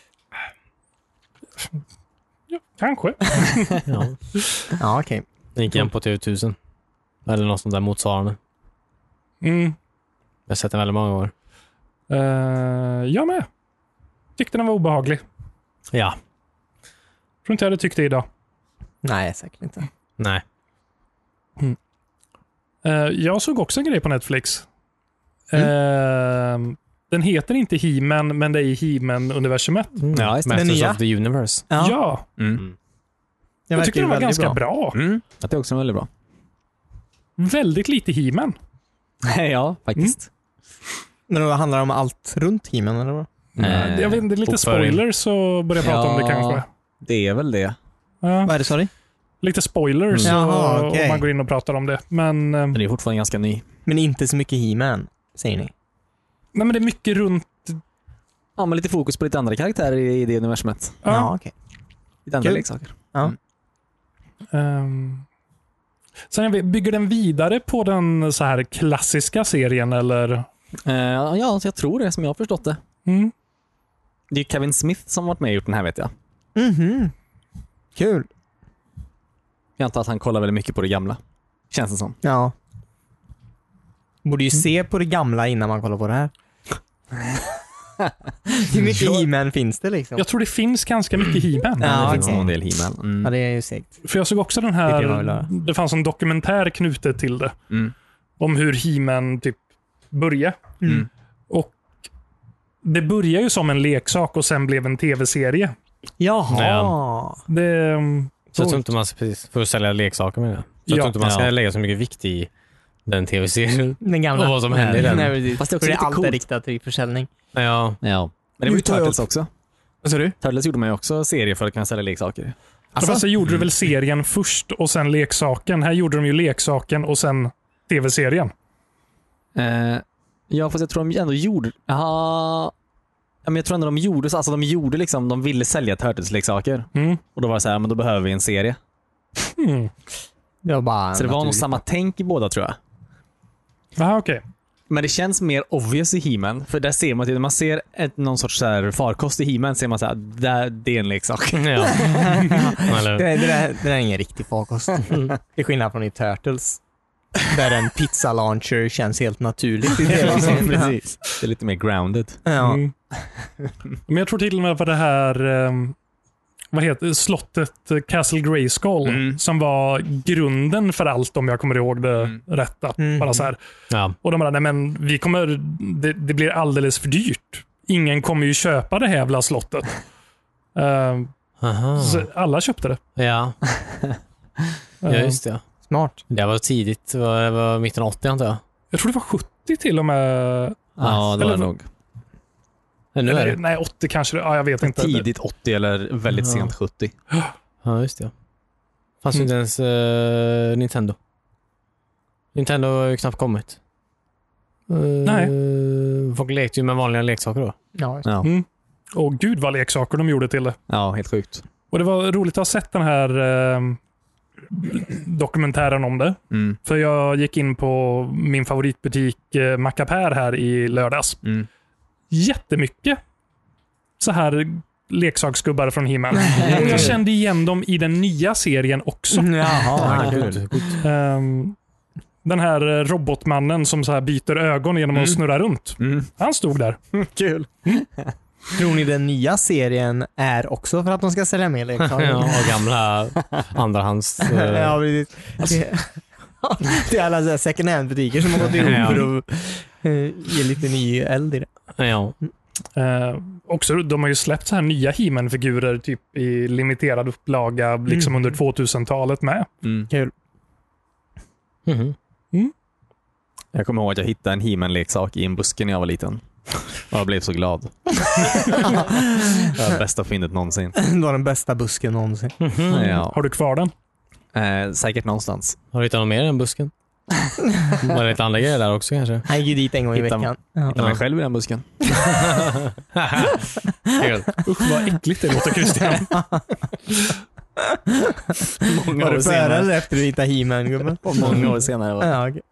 Ja, kanske.
Ja,
ja okej. Okay.
Den gick igen på T V tusen. Eller något sånt där motsvarande.
Mm.
Jag har sett den väldigt många år.
Uh, jag med. Tyckte den var obehaglig.
Ja.
Tror inte jag hade tyckt det idag.
Nej, säkert inte.
Nej.
Mm. Uh, jag såg också en grej på Netflix. Mm. Uh, den heter inte He-Man, men det är i He-Man-universumet.
Mm. Ja, just det. Masters
nya?
of the Universe.
Ja. ja.
Mm.
Jag, jag tycker den var ganska bra. bra.
Mm. Jag tycker också den var väldigt bra.
Väldigt lite He-Man.
Ja, faktiskt.
Mm. Men det handlar om allt runt He-Man, eller vad?
Mm. Jag vet inte, det är lite spoilers så börjar jag prata
ja,
om det kanske.
Det är väl det.
Ja.
Vad är det, sorry?
Lite spoilers
mm. Jaha, okay.
om man går in och pratar om det. Men,
men det är fortfarande ganska ny.
Men inte så mycket He-Man, säger ni?
Nej, men det är mycket runt...
Ja, men lite fokus på lite andra karaktärer i det universumet.
Ja,
ja okej. Okay.
Lite andra leksaker.
Ja.
Mm. Um, sen bygger den vidare på den så här klassiska serien, eller?
Uh, ja, så jag tror det, som jag har förstått det.
Mm.
Det är Kevin Smith som har varit med och gjort den här, vet jag.
Mhm. Kul.
Jag antar att han kollar väldigt mycket på det gamla. Känns det som.
Ja. Borde ju mm. se på det gamla innan man kollar på det här. Hur mycket He-Man finns det liksom?
Jag tror det finns ganska mycket He-Man.
Ja, det
okay.
finns en del He-Man. Mm.
Ja, det är ju segt.
För jag såg också den här, det, det fanns en dokumentär knutet till det.
Mm.
Om hur He-Man typ började.
Mm.
Och det började ju som en leksak och sen blev en tv-serie.
Jaha.
Ja.
Det,
så jag tror inte man, precis, för att sälja leksaker med det. Så jag
ja.
tror inte man ska
ja.
lägga så mycket vikt i den tv-serien.
Den gamla.
Och vad som hände i den.
Nej,
fast det är också
för
lite
allt
coolt.
är riktat till försäljning.
Ja.
ja. Men det var ju Turtles också.
Vad sa du?
Turtles gjorde man ju också serier för att kunna sälja leksaker.
Alltså? Fast så gjorde du väl serien först och sen leksaken. Här gjorde de ju leksaken och sen tv-serien.
Eh, ja, fast jag tror de ändå gjorde... Aha, ja, men jag tror ändå de gjorde så. Alltså de gjorde liksom, de ville sälja Turtles-leksaker.
Mm.
Och då var det så här, men då behöver vi en serie.
Mm.
Det var bara
så det var nog samma tänk i båda, tror jag.
Jaha, okej. Okay.
Men det känns mer obvious i He-Man. För där ser man att när man ser ett, någon sorts så här farkost i He-Man ser man så här, det, det är en leksak.
Ja.
det, det, där, det där är ingen riktig farkost. Det är skillnad från i Turtles. Där en pizza launcher känns helt naturligt.
Ja, precis. Det är lite mer grounded.
Ja.
Mm. Men jag tror till och med var det här um, vad heter slottet Castle Grayskull
mm.
som var grunden för allt, om jag kommer ihåg det
mm.
rätt.
Mm.
Bara så här.
Ja.
Och de bara, nej men vi kommer, det, det blir alldeles för dyrt. Ingen kommer ju köpa det här jävla slottet. Uh, så alla köpte det.
Ja. Ja, just det.
Smart.
Det var tidigt, det var, det var mitten av åttio, antar jag.
Jag tror det var sjuttio till och med.
Ja, det var det nog.
Nu är det.
Nej, åttio kanske. Ja, jag vet inte.
Tidigt åttio eller väldigt
ja.
sent sjuttio.
Ja, just det. Fanns ju
Mm.
inte ens uh, Nintendo. Nintendo har ju knappt kommit. Uh,
Nej.
Folk lekte ju med vanliga leksaker då.
Ja,
Ja.
Mm. Och gud vad leksaker de gjorde till det.
Ja, helt sjukt.
Och det var roligt att ha sett den här eh, dokumentären om det.
Mm.
För jag gick in på min favoritbutik eh, Macapär här i lördags.
Mm.
Jättemycket så här leksaksgubbar från He-Man. Och jag kände igen dem i den nya serien också.
Jaha,
Ja,
kul.
Um, den här robotmannen som så här byter ögon genom att
Mm.
snurra runt.
Mm.
Han stod där.
Kul.
Tror ni den nya serien är också för att de ska sälja mer leksaker?
Ja, och gamla andrahands... Uh,
Ja, precis. Det, det är alla så här second hand butiker som har gått ihop
Ja.
för att uh, ge lite ny eld i det.
ja.
Uh, också, de har ju släppt så här nya He-Man-figurer typ i limiterad upplaga liksom
Mm.
under tvåtusentalet med.
Mm.
Kul.
Mhm.
Jag kommer ihåg att jag hittade en He-Man-leksak i en buske när jag var liten. Och jag blev så glad. Det var bästa fyndet någonsin.
Det var den bästa busken någonsin.
Mhm.
Ja.
Har du kvar den?
Eh, säkert någonstans.
Har du hittat något mer i den busken? Var det lite andra grejer där också kanske?
Han gick ju dit en gång i
Hittar-
veckan. Ja.
Hittar mig själv i den busken.
Usch vad äckligt det låter, Christian.
Många
Var
år
du före
senare.
eller efter du hittade He-Man, gubben?
Och många år senare. Var det.
Ja, okej.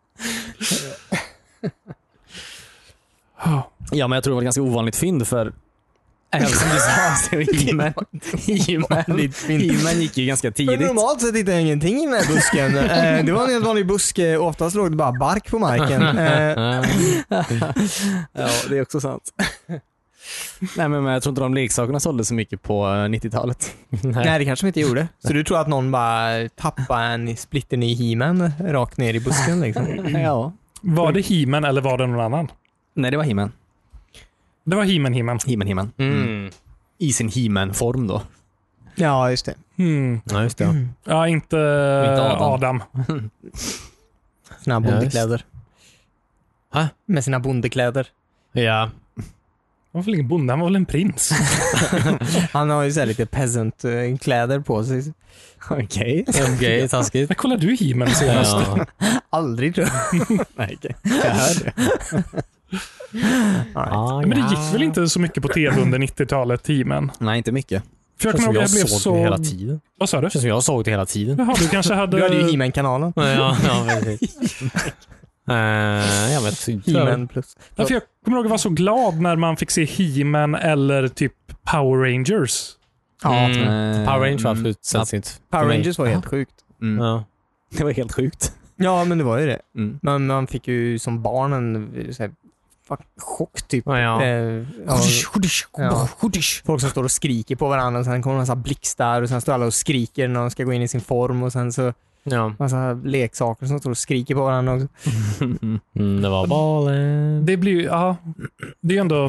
Ja, men jag tror det var ett ganska ovanligt fynd för även som du sa, så He-Man, He-Man, He-Man gick ju ganska
Men
tidigt.
normalt sett hittade jag ingenting i den här busken. Eh, det var en helt vanlig buske och oftast låg det bara bark på marken. Eh,
Ja, det är också sant. Nej, men jag tror inte de leksakerna sålde så mycket på eh, nittiotalet.
nej, det kanske de inte gjorde. Så du tror att någon bara tappade en splitter ny He-Man rakt ner i busken liksom?
Ja.
Var det He-Man eller var det någon annan?
Nej, det var He-Man.
Det var He-Man, He-Man.
He-Man, He-Man.
Mm.
I sin He-Man-form då.
Ja, just det.
Hmm.
Ja, just det.
Ja, inte,
Inte Adam.
Adam.
Sina bondekläder.
Ha?
Med sina bondekläder.
Ja.
Han var väl ingen bonde, han var väl en prins.
Han har ju så här lite peasant-kläder på sig.
Okej.
Okej, taskigt.
Men kolla du He-Man senast?
Ja.
Aldrig tror jag.
Nej, okej. Jag hör det.
All right.
Ah,
Men det
ja.
gick väl inte så mycket på tv under nittiotalet, He-Man?
Nej, inte mycket.
För jag
Känns
kommer
som
ihåg
jag
att jag blev
såg
så...
det hela tiden.
Vad sa du?
Känns som jag såg det hela tiden.
Jaha, du kanske hade...
Du hade ju He-Man-kanalen.
Ja, ja, precis. Uh, ja, men typ.
He-Man plus.
Ja, för jag kommer ihåg att jag var så glad när man fick se He-Man eller typ Power Rangers.
Ja,
Mm.
Eh,
Power Rangers var
mm.
absolut sällsynt.
Power
för mig.
Rangers var helt sjukt.
Mm.
Ja.
Det var helt sjukt.
Ja, men det var ju det.
Mm.
Men man fick ju som barn en så här, fuck, chock typ.
Ja, ja.
Eh, ja, ja. Folk som står och skriker på varandra och sen kommer en massa blixtar och sen står alla och skriker när de ska gå in i sin form och sen så
Ja.
massa leksaker som står och skriker på varandra också.
Mm, det var balen.
Det blir ju, ja, det är ju ändå...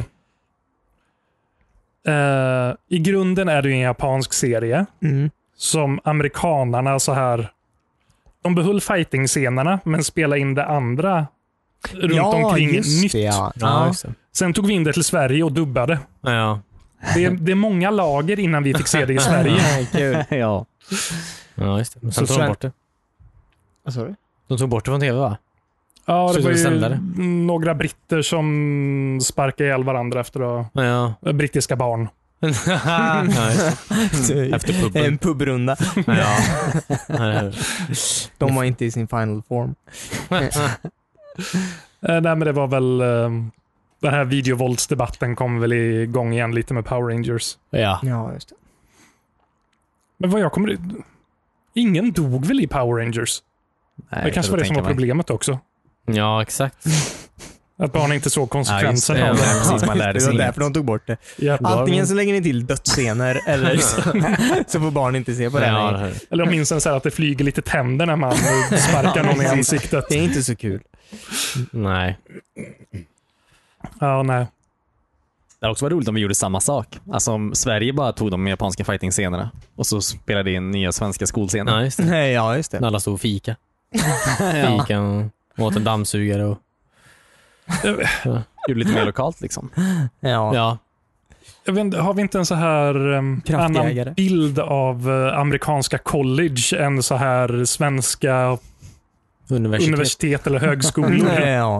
Eh, I grunden är det ju en japansk serie
Mm.
som amerikanarna så här... De behöll fighting-scenerna men spelade in det andra runt omkring nytt.
det, ja.
Ja, just det.
Sen tog vi in det till Sverige och dubbade.
Ja.
Det är, det är många lager innan vi fick se det i Sverige.
Kul.
Ja.
Ja, just det. Men sen
Så
tog de
Sven-
bort det.
Vad sa du?
De tog bort det från tv, va?
Ja, det
Slutade
var ju
sända det.
några britter som sparkade ihjäl varandra efter att,
Ja.
brittiska barn.
Ja, just det. Efter puben.
En pubrunda.
Ja.
De var inte i sin final form.
Eh, nej, men det var väl... Eh, den här videovåldsdebatten kom väl igång igen lite med Power Rangers.
Ja.
Ja, just det.
Men vad jag kommer... Ingen dog väl i Power Rangers?
Nej,
det kanske var det som var problemet också.
Ja, exakt.
Att barn inte såg konsekvenserna
Ja,
av
just
det.
det.
Ja, precis, man lärde
Det
sig
var
inget.
därför de tog bort det.
Ja.
Antingen så lägger ni till dödsscener eller så, så får barn inte se på det.
Ja,
här.
det här.
Eller jag minns en så här att det flyger lite tänder när man sparkar någon i ansiktet.
Det är inte så kul.
Nej.
Ja, nej.
Det hade också varit roligt om vi gjorde samma sak. Alltså om Sverige bara tog de japanska fighting-scenerna och så spelade in nya svenska skolscener.
Ja, just det.
Nej, ja, just det.
När alla stod och fika.
Ja.
Fika och åt en dammsugare och...
Gjorde lite mer lokalt liksom.
Ja.
Ja.
Jag vet, inte, har vi inte en så här um,
Kraftjägare.
annan bild av uh, amerikanska college än så här svenska
Universitet.
universitet eller högskolor?
Nej, ja.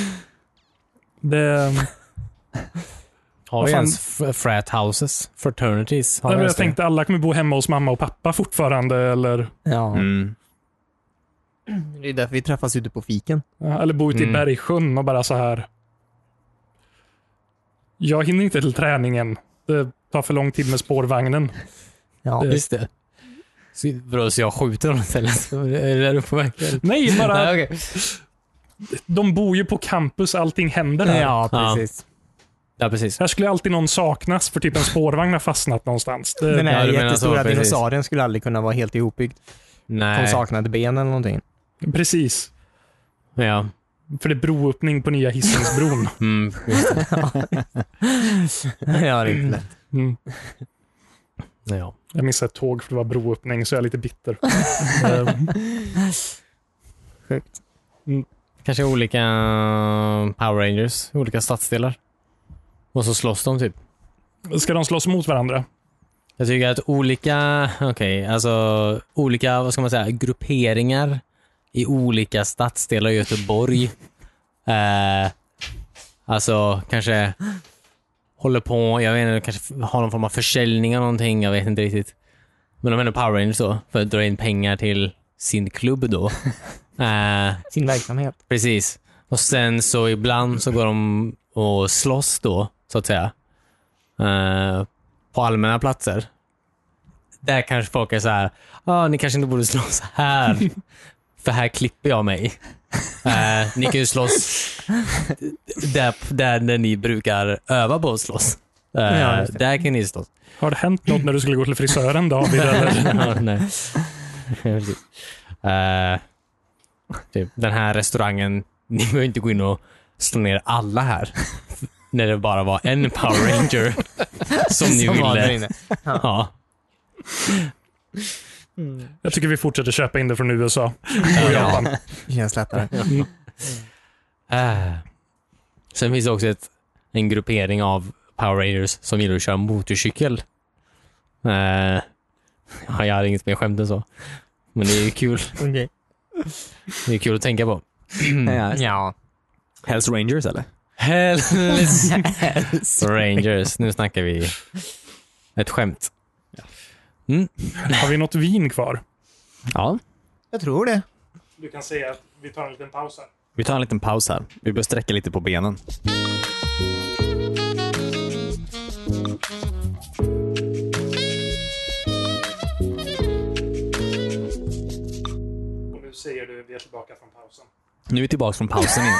det,
Har
Vad
vi
fan-
ens f- frat houses? Fraternities? Har vi
jag,
ens
jag
det?
tänkte alla kommer bo hemma hos mamma och pappa fortfarande. Eller,
ja.
Mm.
Det är därför vi träffas ute på fiken.
eller bo ute i
Mm.
Bergsjön och bara så här. Jag hinner inte till träningen. Det tar för lång tid med spårvagnen.
Ja.
Det-
Just det. Så, bra, så jag skjuter dem istället? Så är det där uppe på vägen?
Nej, bara
Nej, okej.
de bor ju på campus. Allting händer där.
Ja, precis.
Ja, precis.
Här skulle alltid någon saknas för typ en spårvagn har fastnat någonstans. Det,
Den
Ja,
här
du menar
jättestora
så, precis.
dinosaurien skulle aldrig kunna vara helt ihopbyggd. De
Nej.
saknade ben eller någonting.
Precis.
Ja.
För det är broöppning på nya Hisingsbron.
Mm, just det.
Ja, det är inte lätt.
Mm.
Ja.
Jag missade ett tåg för det var broöppning så jag är lite bitter. Ehm,
Sjukt.
Kanske olika Power Rangers, olika stadsdelar. Och så slåss de typ.
Ska de slåss mot varandra?
Jag tycker att olika, okej, alltså olika, vad ska man säga, grupperingar i olika stadsdelar i Göteborg. Eh, alltså kanske håller på, jag vet inte, kanske har någon form av försäljning eller någonting, jag vet inte riktigt. Men de är ändå Power Rangers då, för att dra in pengar till sin klubb då. eh,
Sin verksamhet.
Precis. Och sen så ibland så går de och slåss då, så att säga. Eh, på allmänna platser. Där kanske folk är så här, ja, ah, ni kanske inte borde slåss här. För här klipper jag mig. Eh, ni kan ju slåss där, där, där ni brukar öva på att slåss. Eh,
Ja,
där kan ni slåss.
Har det hänt något när du skulle gå till frisören, David? Eller?
Ja, nej. uh, typ, den här restaurangen, ni behöver inte gå in och slå ner alla här. När det bara var en Power Ranger som ni
Som var där
ville.
inne.
Ja.
Jag tycker vi fortsätter köpa in det från U S A.
Ja.
Och Japan.
Det känns lättare.
Uh. Sen finns det också ett, en gruppering av Power Rangers som gillar att köra motorcykel. Uh, ja, jag har inget mer skämt än så. Men det är ju kul.
Okej.
Det är kul att tänka på.
Ja.
Ja.
Hells Rangers eller?
Hells Rangers. Nu snackar vi ett skämt. Mm.
Har vi något vin kvar?
Ja.
Jag tror det.
Du kan säga att vi tar en liten paus här.
Vi tar en liten paus här. Vi bör sträcka lite på benen.
Och nu säger du vi är tillbaka från pausen.
Nu är vi tillbaka från pausen igen.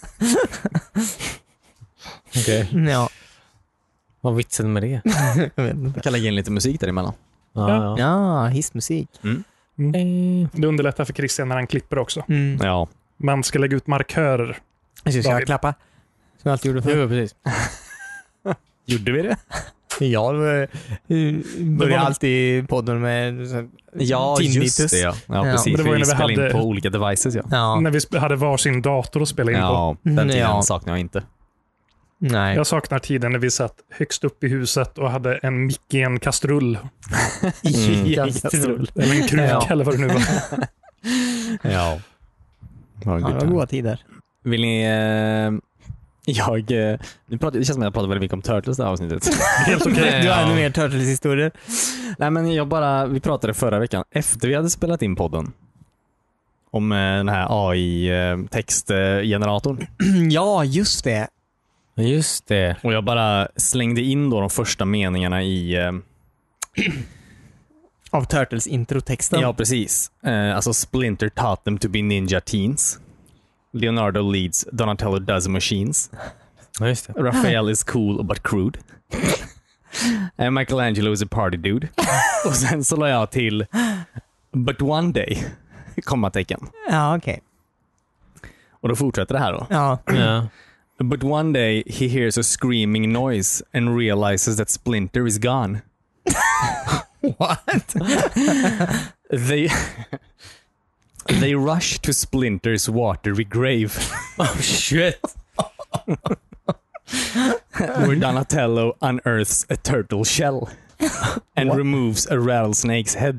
Okej.
Ja.
Vad var vitsen med det?
Jag vet inte.
Vi kan lägga in lite musik däremellan.
Ja, ja.
Ja, hissmusik.
Det underlättar för Christian när han klipper också.
Mm.
Ja.
Man ska lägga ut markörer.
Jag ska
David.
klappa. Som jag alltid gjorde förr.
Jo, precis.
Gjorde vi det?
Jag eh, börjar alltid podden med så här,
Ja,
tinnitus.
just det. Ja, ja
Ja.
precis.
Men det var ju
vi
när vi
spelade in
hade-
på olika devices. Ja,
Ja.
När vi sp- hade varsin dator att spela in på.
ja den
Mm,
tiden
ja.
saknar jag inte.
Nej.
Jag saknar tiden när vi satt högst upp i huset och hade en mick i en kastrull.
Mm.
Kastrull.
Eller en kruk
Ja.
eller vad det nu var.
Ja.
Ja, det var goda tider.
Vill ni... Eh, jag... Eh, nu pratar, det känns som att jag pratar väldigt mycket om Turtles det här avsnittet.
Helt okej.
Du har ännu
Ja.
mer Turtles-historier.
Nej, men jag bara... Vi pratade förra veckan, efter vi hade spelat in podden, om eh, den här A I-textgeneratorn.
Ja, just det.
Just det.
Och jag bara slängde in då de första meningarna i... Eh,
Av Turtles introtexten.
ja, precis. Eh, alltså Splinter taught them to be ninja teens. Leonardo leads, Donatello does machines.
Ja, just det.
Raphael is cool but crude. And Michelangelo is a party dude. Och sen så la jag till but one day, kommatecken.
Ja, okej.
Och då fortsätter det här då.
Ja.
Ja.
But one day he hears a screaming noise and realizes that Splinter is gone.
What?
They they rush to Splinter's watery grave.
Oh shit.
Where Donatello unearths a turtle shell and removes a rattlesnake's head.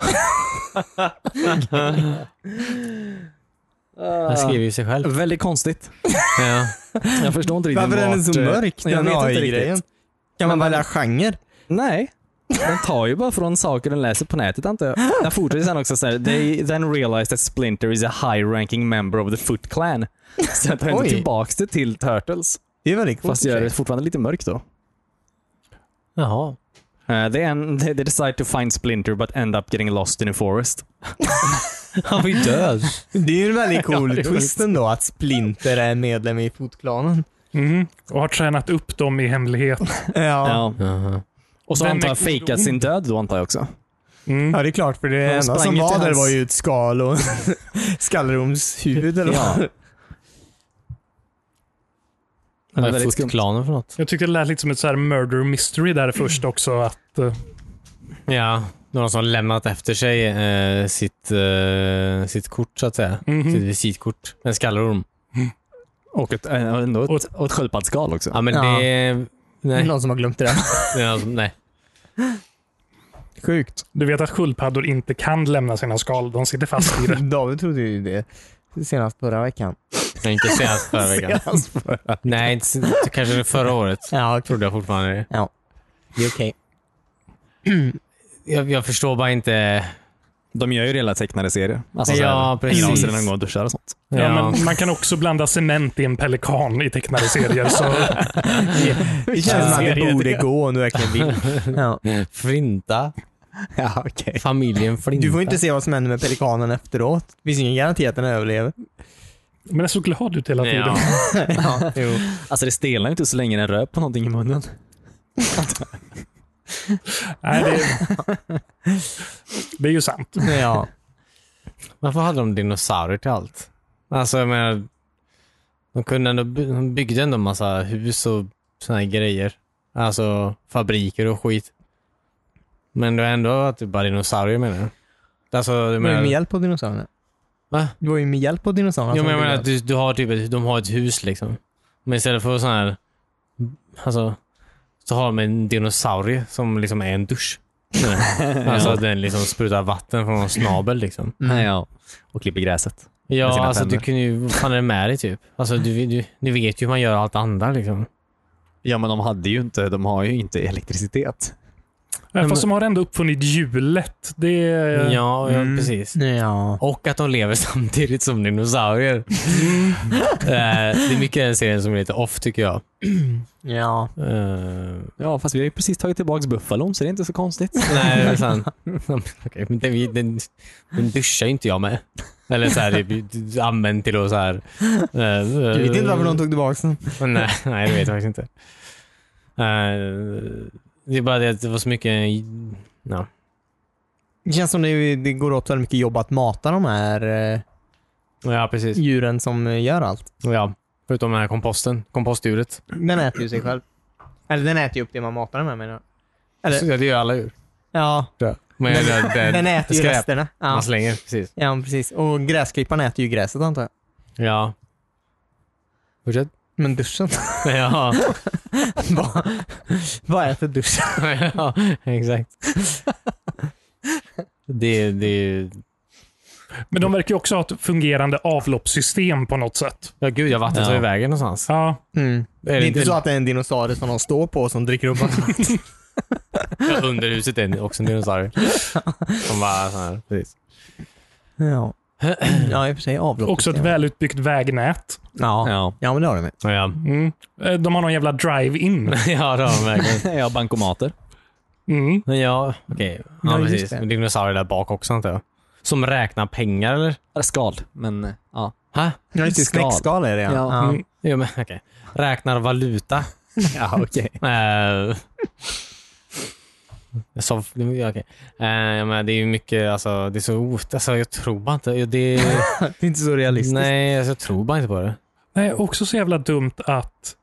Han skriver ju sig själv.
Väldigt konstigt.
Ja.
Jag förstår inte riktigt
Varför är den så
vart, eh,
mörk,
jag
den
vet inte
A I-grejen?
riktigt.
Kan man
Men-
välja genre?
Nej. Den tar ju bara från saker den läser på nätet, antar jag. Den fortsätter sen också så här. They then realize that Splinter is a high-ranking member of the Foot Clan. Så jag tar inte
Oj.
tillbaks det till Turtles.
Det är väldigt coolt.
Fast gör det fortfarande lite mörkt då.
Jaha.
Uh, they, en- they, they decide to find Splinter but end up getting lost in a forest.
Han var ju död.
Det är ju en väldigt cool
Ja, det är
twist ändå att Splinter är medlem i Fotklanen.
Mhm. Och har tränat upp dem i hemlighet.
Ja. Ja.
Ja.
Jaha.
Och så
Den
antar
är
jag fejkat sin död då, antar jag också.
Mm.
det är klart, för det
De
enda
sprang
som
ju
var
till
där
hans-
var ju ett skal och skallromshuvud eller
Ja.
vad.
Vad är
väldigt skumt.
Foot-klanen för något?
Jag tyckte det lät lite som ett så här murder mystery där först också. Att, eh,
Ja, någon som har lämnat efter sig eh, sitt, eh, sitt kort så att säga.
Mhm.
Sitt visitkort. En skallorm.
Och ett, äh, ändå
Och
ett, och ett sköldpaddsskal också.
Ja, men
Ja.
det... Nej.
Någon som har glömt det där.
Det är alltså, nej.
sjukt.
Du vet att sköldpaddor inte kan lämna sina skal. De sitter fast i det.
David trodde ju det senast förra veckan.
Nej, inte senast förra veckan.
Senast förra.
Nej, inte, sen- kanske förra året.
Ja,
Trodde jag fortfarande det.
ja. Det är okej.
Jag, jag förstår bara inte.
De gör ju rela tecknade serier. Alltså,
Ja,
så här,
precis.
Ingen avser när de går och duschar och sånt.
Ja,
Ja,
men man kan också blanda cement i en pelikan i tecknade serier. Så
Det känns som att det
Serier,
borde
tycker jag.
gå om du verkligen vill. Ja.
Flinta.
Ja, okej.
Familjen Flinta.
Du får inte se vad som händer med pelikanen efteråt. Det finns ingen garanti att den överlever.
men jag är så glad ut hela tiden.
Ja.
Ja, jo.
Alltså det stelnar ju inte så länge den rör på någonting i munnen.
Nej, det, det är ju sant.
Ja.
Varför hade de dinosaurier till allt? Alltså jag menar, de kunde ändå by- de byggde ändå massa hus och såna här grejer. Alltså fabriker och skit. Men det är ändå att det bara dinosaurier menar jag. Alltså, jag
Det var ju
menar,
med hjälp av dinosaurierna.
Va?
Det var ju med hjälp av dinosaurierna.
Jo,
som
men jag
de
menar att
byggde.
du, du har typ ett, de har ett hus liksom. Men istället för sån här, alltså, så har de en dinosaurie som liksom är en dusch. Alltså att den liksom sprutar vatten från en snabel liksom.
Mm.
Ja, och klipper gräset. Med
Ja,
sina
alltså
tänder.
du kunde ju, vad fan är det med dig typ? Alltså du, du, du vet ju hur man gör allt andra liksom.
Ja, men de hade ju inte, de har ju inte elektricitet.
Ja, fast de har ändå uppfunnit hjulet. Det är,
Ja, ja
Mm.
precis.
Ja.
Och att de lever samtidigt som dinosaurier. Eh, det är mycket den serien som är lite off tycker jag.
Ja.
Eh,
Ja, fast vi har ju precis tagit tillbaka buffalon så det är inte så konstigt.
nej, det är sant. Okej, men den, den, den duschar ju inte jag med. Eller så här, det är använt till att så här. eh,
Du vet inte varför de tog tillbaka den.
Nej, nej, det vet jag faktiskt inte. Eh, det är bara det att det var så mycket. Ja.
Det känns som det, det går åt väldigt mycket jobb att mata de här eh,
Ja, precis.
djuren som eh, gör allt.
Ja, förutom den här komposten, kompostdjuret.
Den äter ju sig själv. Eller den äter ju upp det man matar den med, menar jag. Eller,
Så, ja, det gör alla djur.
ja,
Men
den,
det, det,
den äter ju
skräp
resterna. Ja.
Man slänger, precis.
Ja, precis. Och gräsklipparen äter ju gräset, antar jag.
Ja. Fortsätt.
Men duschen.
Ja.
vad, vad äter duschen?
Ja, exakt. Det, det,
Men de verkar ju också ha ett fungerande avloppssystem på något sätt.
ja gud, jag vattnet tar
Ja.
i vägen någonstans.
Ja,
Mm.
Det
Det är inte så att det är en dinosaurie som de står på som dricker upp vattnet.
Ja, under huset är också en dinosaurie. Som bara så här, precis.
Ja. Ja, i och för sig avlopp.
också ett välutbyggt vägnät.
Ja. Ja.
Ja,
men det har de med.
Ja,
Mm. Eh, De har någon jävla drive-in.
ja det har de verkligen.
ja, bankomater.
Mm.
Men ja, okej. Ja,
Ja, just
precis.
det.
Men dinosaurier där bak också, antar jag. Som räknar pengar, eller?
Eller skal, men ja.
Ha?
Ja, just det.
Skal.
Snäckskal är det, ja.
Ja.
Ja.
Mm.
Jo, men okej. Räknar valuta.
Ja, okej.
Eh, Jag sa, ja, okej. Eh, jag menar, det är ju mycket, alltså, det är så ot, alltså, jag tror bara inte, det,
Det är inte så realistiskt.
nej, alltså, jag tror bara inte på det.
Nej, också så jävla dumt att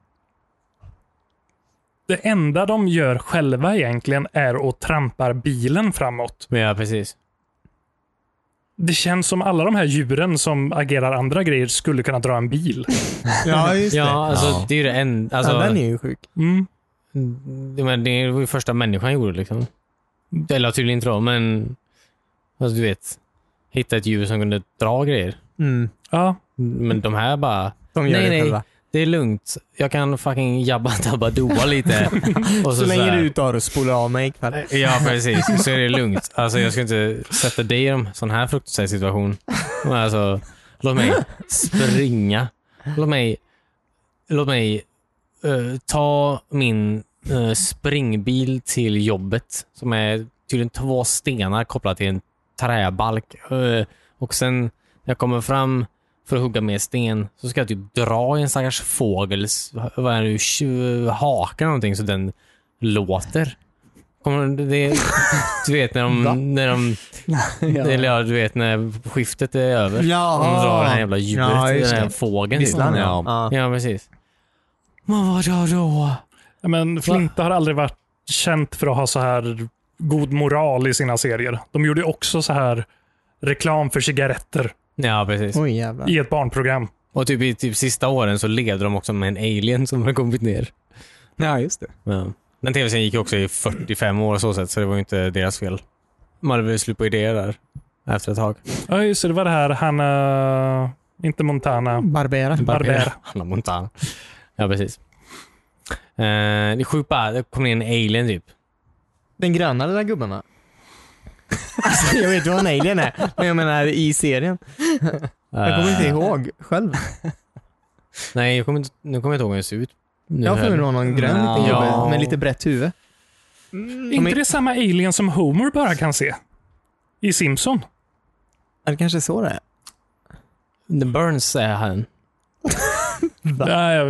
det enda de gör själva egentligen är att trampar bilen framåt.
Men ja, precis.
Det känns som alla de här djuren som agerar andra grejer skulle kunna dra en bil.
Ja, just det.
Ja, alltså,
Ja.
det är ju det en, alltså,
ja, den är ju sjuk.
Mm.
det, men det var ju första människan gjorde liksom. Eller tydligen inte då, men alltså, du vet, hitta ett djur som kunde dra grejer.
Mm.
Ja,
Men de här bara,
De gör
nej,
det
nej,
själva.
det är lugnt. Jag kan fucking jabba dabba doa lite. Och
Så, länge
här-
du tar och spolar av mig ikväll.
Ja, precis. Så är det lugnt. Alltså, jag ska inte sätta dig i en sån här fruktansvärd situation. Alltså, låt mig springa. Låt mig, låt mig eh, ta min eh, springbil till jobbet som är tydligen två stenar kopplat till en träbalk. Eh, och sen när jag kommer fram för att hugga med sten så ska jag typ dra i en stackars fågels vad är det, tju- haka någonting så den låter. Kommer det, du vet när
Va?
de, när de eller ja, du vet när skiftet är över.
Ja.
De drar det här jävla djuret,
Ja, just
den här
det.
fågeln.
Visslan,
typ.
ja.
ja.
Ja.
Ja, precis. Men vad då då?
Ja, men Flinta har aldrig varit känt för att ha så här god moral i sina serier. De gjorde ju också så här reklam för cigaretter
Ja, precis.
Oj, jävlar.
i ett barnprogram.
Och typ i typ sista åren så levde de också med en alien som har kommit ner.
Ja, just det.
Ja. Den tv-serien gick ju också i fyrtiofem år så sätt, så det var ju inte deras fel. Man hade väl slut på idéer där efter ett tag.
Ja, just det. Det var det här. Hanna... Inte Montana.
Barbera.
Barbera.
Hanna Montana. Ja, precis. Eh, det är sjukt bara, det kommer in en alien typ.
Den gröna där gubben va? Alltså, jag vet vad en alien är, men jag menar i serien. Jag kommer inte ihåg själv.
Nej, jag kommer inte, nu kommer jag inte ihåg hur den ser ut. Nu
Jag får
heller.
väl vara någon grön
Ja.
liten gubbe
Ja.
med lite brett huvud.
Är inte det samma alien som Homer bara kan se? I Simpson?
Ja, det kanske är så det är.
The Burns är han.
Nej,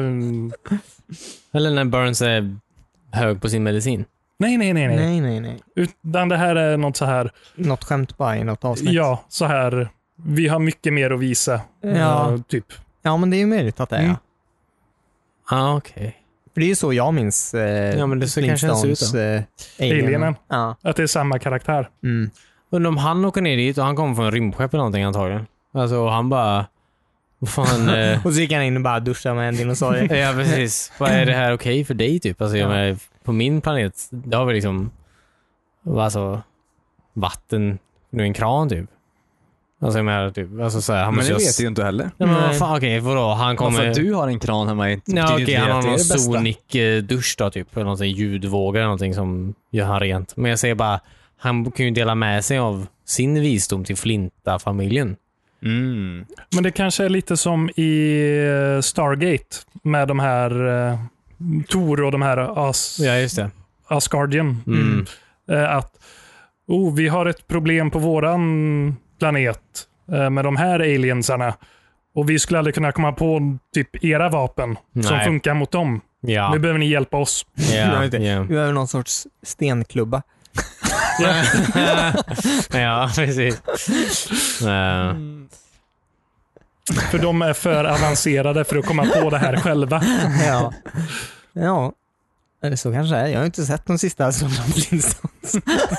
Eller när Burns är hög på sin medicin.
nej, nej, nej. nej.
Nej, nej, nej.
Utan det här är något så här...
Något skämt bara i något avsnitt.
Ja, så här. Vi har mycket mer att visa.
Ja.
Uh, typ.
Ja, men det är ju möjligt att det är.
Mm.
Ah, okej. Okay.
För det är ju så jag minns eh,
Ja, men det så kanske den ser ut
Flintstones,
då.
eh, alienen.
Alienen.
Ja.
Att det är samma karaktär.
Mm.
Undrar om han åker ner dit och han kommer från en rymdskepp eller någonting antagligen. Alltså och han bara... Vad fan... Eh,
Och så gick han in och bara duschade med en dinosaurie.
ja, precis. Vad är det här okej okay för dig typ? Alltså, jag menar, på min planet, det har vi liksom... Alltså... Vatten... Nu en kran typ. Alltså jag menar typ... Alltså, så här, han
Men det
måste
vet du ju inte heller.
Ja, men vad
Nej.
fan, okej, vadå? Han
Kommer...
kommer...
Varför du har en kran hemma inte
Ja, okej,
betyder inte
han
det
har
att det är
någon
det bästa.
Sonic-dusch då typ. Eller någonting ljudvågare eller någonting som gör han rent. Men jag säger bara, han kan ju dela med sig av sin visdom till Flinta-familjen.
Mm.
Men det kanske är lite som i eh, Stargate med de här uh, Tor och de här As
Ja, just det.
Asgardian.
Mm.
Eh, att oh, vi har ett problem på våran planet eh, med de här aliensarna. Och vi skulle aldrig kunna komma på typ era vapen som
Nej.
funkar mot dem.
Ja.
Nu behöver ni hjälpa oss.
Ja,
Jag vet inte.
ja.
Vi behöver någon sorts stenklubba.
ja, precis. Uh,
För de är för avancerade för att komma på det här själva.
Ja. Ja. Eller så kanske det är. Jag har inte sett de sista som de Flintstones.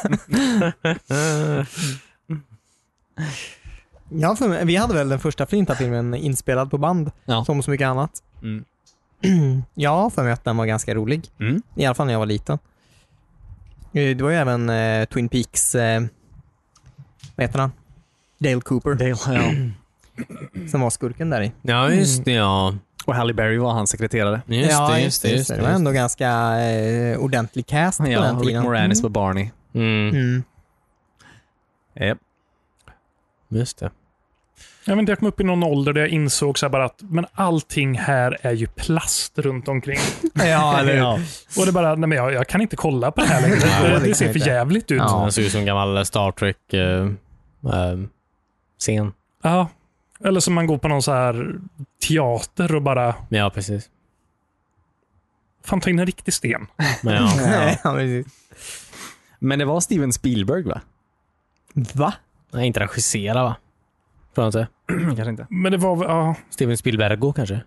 Ja, för mig, vi hade väl den första Flinta-filmen inspelad på band.
Ja.
Som så mycket annat.
Mm.
Ja, för mig att den var ganska rolig.
Mm.
I alla fall när jag var liten. Eh, Det var ju även eh, Twin Peaks, eh, vad heter han? Dale Cooper,
Dale, ja.
som var skurken där i.
ja, just det, ja.
Och Halle Berry var hans sekreterare.
Just
ja,
det, just det. Just
det.
det,
Det var
just
ändå ganska eh, ordentlig cast på
Ja,
den
Rick
tiden.
Moranis var Barney.
det. Mm.
Mm.
Yep.
Just det.
Jag vet inte, jag kom upp i någon ålder där jag insåg så här bara att men allting här är ju plast runt omkring.
Ja, eller
Ja.
Och det bara, nej men jag, jag kan inte kolla på det här längre.
Ja,
det,
det
det
kan
ser
jag
för
inte.
jävligt ut.
Ja.
Ja.
Han såg ut som en gammal Star Trek uh, uh, scen.
Eller som man går på någon så här teater och bara,
Ja, precis.
fan ta in en riktig sten.
Men ja.
Ja.
Ja, precis.
Men det var Steven Spielberg, va?
Va?
Nej, inte regissera, va? Tror jag inte.
Kanske inte.
Men det var, ja.
Steven Spielberg kanske?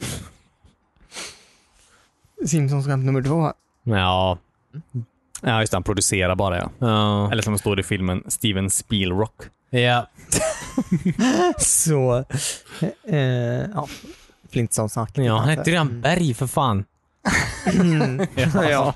Simpsons skämt nummer två.
Ja.
Ja, just det. Han producerar bara, ja.
Ja.
Eller som det står i filmen, Steven Spielrock.
Ja.
Så, eh, ja. Flintstones-snack.
Ja, han hette redan Berg för fan.
Mm. Ja.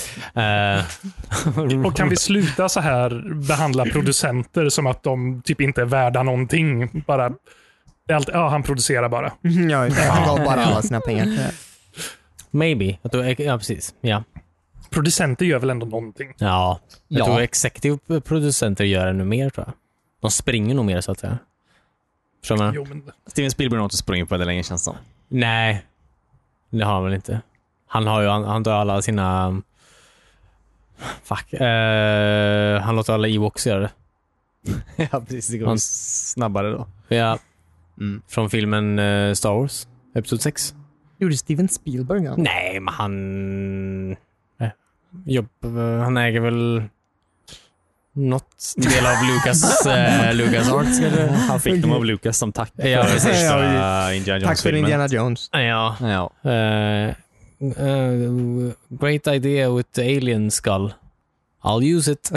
Uh,
Och kan vi sluta så här behandla producenter som att de typ inte är värda någonting? Bara, det är alltid, ja, han producerar bara.
Ja, just det. Han gav bara alla sina pengar.
maybe. Jag tror, ja, precis. Ja.
Producenter gör väl ändå någonting?
Ja. Jag
Ja.
tror executive producenter gör ännu mer, tror jag. De springer nog mer, så att säga. Förstår man?
Jo, men,
Steven Spielberg har inte sprungit på det länge, känns det som.
Nej. Det har han väl inte. Han har ju, han, han tar alla sina... Fuck. Uh, han låter alla Ewoks göra det.
Ja, precis. Det går
Han-
snabbare då.
Ja.
Mm.
Från filmen uh, Star Wars. Episod sex.
Gjorde Steven Spielberg ja.
Nej, men han... Eh, jobb, eh, han äger väl något del av Lucas, eh, Lucas Arts. Eller?
Han fick dem av Lucas som tack
Ja,
för
precis.
första
Ja,
Indiana
Tack för
Jones-filmen.
Indiana Jones.
Ja.
Ja.
Uh, uh, great idea with the alien skull. I'll use it.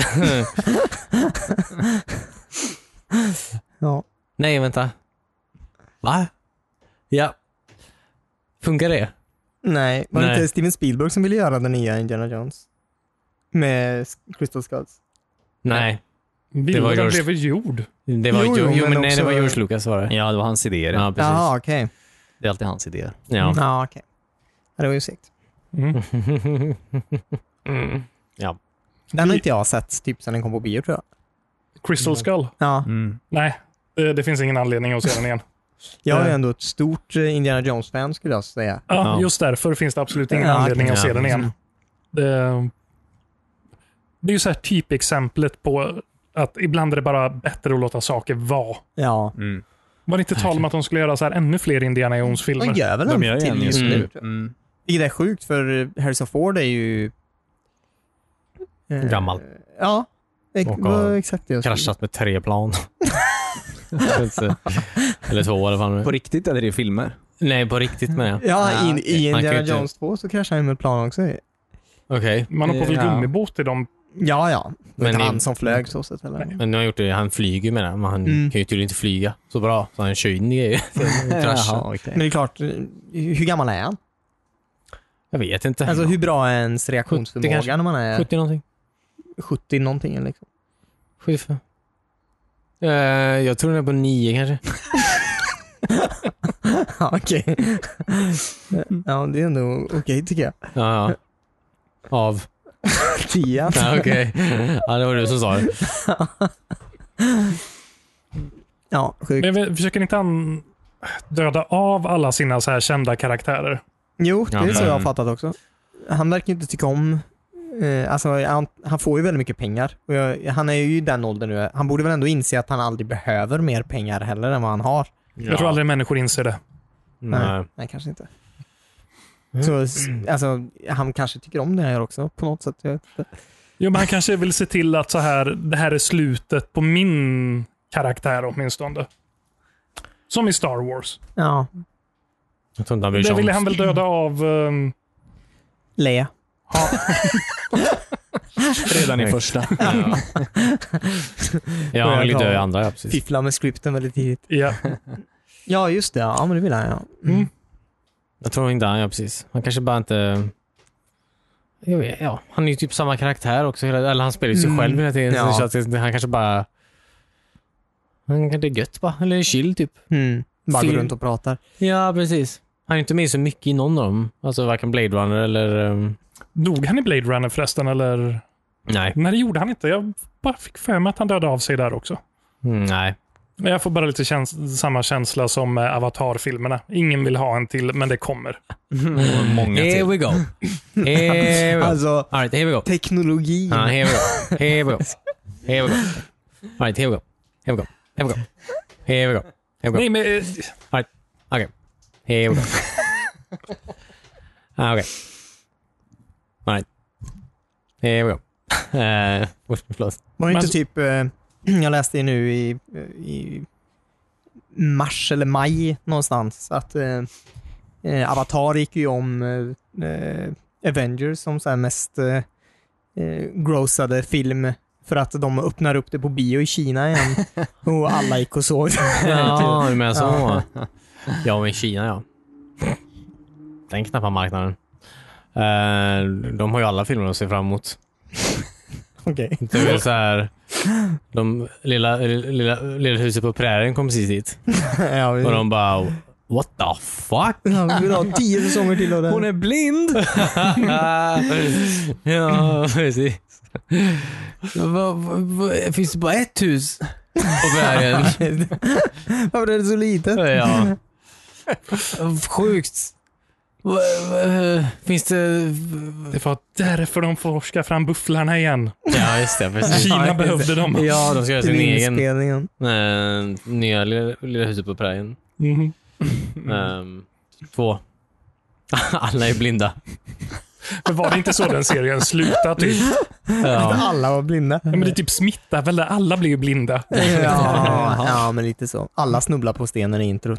Ja.
Nej, vänta. Va? Ja. Funkar det?
Nej, var det
Nej.
inte Steven Spielberg som ville göra den nya Indiana Jones? Med Crystal Skulls?
Nej,
Bilden
var George-
blev väl gjord.
det var
Jo,
jo,
jo,
jo,
men
men nej, det
också-
var George Lucas var det.
Ja, det var hans idéer.
Ja, precis.
Jaha, okej.
Det är alltid hans idéer.
Ja.
Ja, okej. Ja, det var ju sikt.
Mm.
mm. Ja.
Den har inte jag sett typ sen den kom på bio, tror jag.
Crystal Skull?
Ja,
Mm.
Nej, det, det finns ingen anledning att se den igen.
jag är
Eh.
ändå ett stort eh, Indiana Jones-fan skulle jag säga.
Ja,
Ja.
just därför finns det absolut ingen
Ja,
anledning
okej.
att se
Ja,
den igen.
mm.
Det, det är ju så här typexemplet på att ibland är det bara bättre att låta saker vara.
Ja.
Mm.
Var det inte tal om att de skulle göra så här ännu fler Indiana
De
Jones-filmer?
gör väl
De
en
gör
till
en
just
just
nu.
nu.
tror jag.
Mm.
Vilket är sjukt, för Harrison Ford är ju... eh,
Gammal.
Ja, det
Och
var
har
exakt det jag skulle-
Kraschat med tre plan. Eller två eller vad
På riktigt eller i filmer?
Nej, på riktigt med jag.
Ja,
Ah,
i,
okej.
i
Man kan
Indiana
ju inte-
Jones två så kraschar han med ett plan också.
Okej,
Man har på väl
Ja.
gummibåt i dem.
Ja, ja. Det var
Men
inte
i-
han som flög så sett eller?
men nu har han gjort det. Han flyger med det, men han
Mm.
kan ju tydligen inte flyga så bra. Så han kör in i grejer. Kraschar.
Jaha, okej.
Men det är klart, eh, hur gammal är han?
Jag vet inte.
Alltså hur bra är ens
sjuttio
reaktionsförmåga
kanske.
när man är
sjuttio någonting.
sjuttio någonting liksom?
sjuttiofem. Uh, jag tror den är på nio kanske.
Ja, okej. Ja, det är ändå okej tycker jag.
Ja, ja. Av.
tio alltså.
Ja, okej. Ja, det var du som sa det.
Ja, sjukt.
Men vi- försöker inte han döda av alla sina så här kända karaktärer?
Jo, det är
Ja,
så jag har
men-
fattat också. Han verkar ju inte tycka om... Eh, alltså, han, han får ju väldigt mycket pengar. Och jag, han är ju i den åldern nu. Han borde väl ändå inse att han aldrig behöver mer pengar heller än vad han har.
Jag tror aldrig människor inser det.
Nej.
Nej, kanske inte.
Mm.
Så s- alltså, han kanske tycker om det här också på något sätt. Jag vet inte.
Jo, men han kanske vill se till att så här, det här är slutet på min karaktär åtminstone. Som i Star Wars.
Ja,
Jag tror inte han bryr sig
Där
om.
ville han väl döda av... Um,
le.
Redan i första.
Ja, ja han vill ju dö i andra, ja, precis.
Fiffla med scripten väldigt tidigt.
ja.
Ja, just det. Ja, men det vill han, ja.
Mm.
Jag tror inte han, ja precis. Han kanske bara inte... Jag vet, ja, han är ju typ samma karaktär också. hela- Eller han spelar ju sig
Mm.
själv hela tiden.
Ja.
Så att det, han kanske bara... Han kanske är gött bara. Eller chill typ.
Mm. Bara går
Film.
runt och pratar.
Ja, precis. Han är inte med så mycket i någon av dem. Alltså varken Blade Runner eller... Um...
Dog han i Blade Runner förresten, eller?
Nej.
Nej, det gjorde han inte. Jag bara fick för mig att han dödade av sig där också.
Mm, nej.
Men jag får bara lite käns- samma känsla som eh, Avatar-filmerna. Ingen vill ha en till, men det kommer.
Och många
Here
till.
we go. Here we go.
Alltså,
All right, here we go.
teknologin.
Ja, here we go. Here we go. Here we go. All right, here we go. Here we go. Here we go. Here we go. Here we go.
Nej, men... eh,
Okay. Here we go. Ah, okay. All right. Here we go. Uh, förlåt.
Var det
Men
inte
så-
typ, eh, jag läste det nu i, i mars eller maj någonstans, att eh, eh, Avatar gick ju om eh, eh, Avengers som så här mest eh, eh, grossade film för att de öppnar upp det på bio i Kina igen och alla gick och såg det.
Ja, du menar så.
Ja.
Ja, men Kina, ja. Den knappa marknaden. Uh, de har ju alla filmer att se fram emot.
Okej.
Det är väl så här... De lilla, lilla, lilla huset på prärien kom precis dit.
Ja, vi,
Och de bara... What the fuck?
ja, vi vill ha tio säsonger till av det.
Hon är blind!
Ja, precis. Va, va, va, finns det bara ett hus på bergen?
Varför är det så litet?
Ja. Sjukt. Va, va, finns det...
Det var därför de forskar fram bufflarna igen.
Ja, just det. Precis.
Kina
Ja, just det.
behövde dem.
Ja, de ska göra sin
Till
egen
inspelningen.
eh, nya lilla, lilla huset på prärien.
Mhm.
Um, två. Alla är blinda.
Men var det inte så den serien slutade typ?
Ja.
Alla var blinda.
Ja, men det typ smittar väl, där alla blir ju blinda.
Ja, ja, men lite så. Alla snubblar på stenen i introt.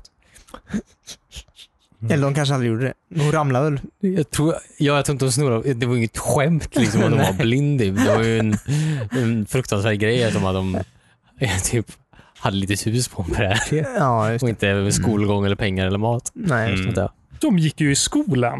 Eller de kanske aldrig gjorde det. De ramlade väl.
Jag tror, ja, jag tror inte de snurrade. Det var inget skämt liksom att de var blinda. Det var ju en, en fruktansvärd grej som att de eh, typ hade lite hus på en prärie
Ja, just
och
det.
inte skolgång eller pengar eller mat.
Nej, just det.
Mm.
Sånt där.
De gick ju i skolan.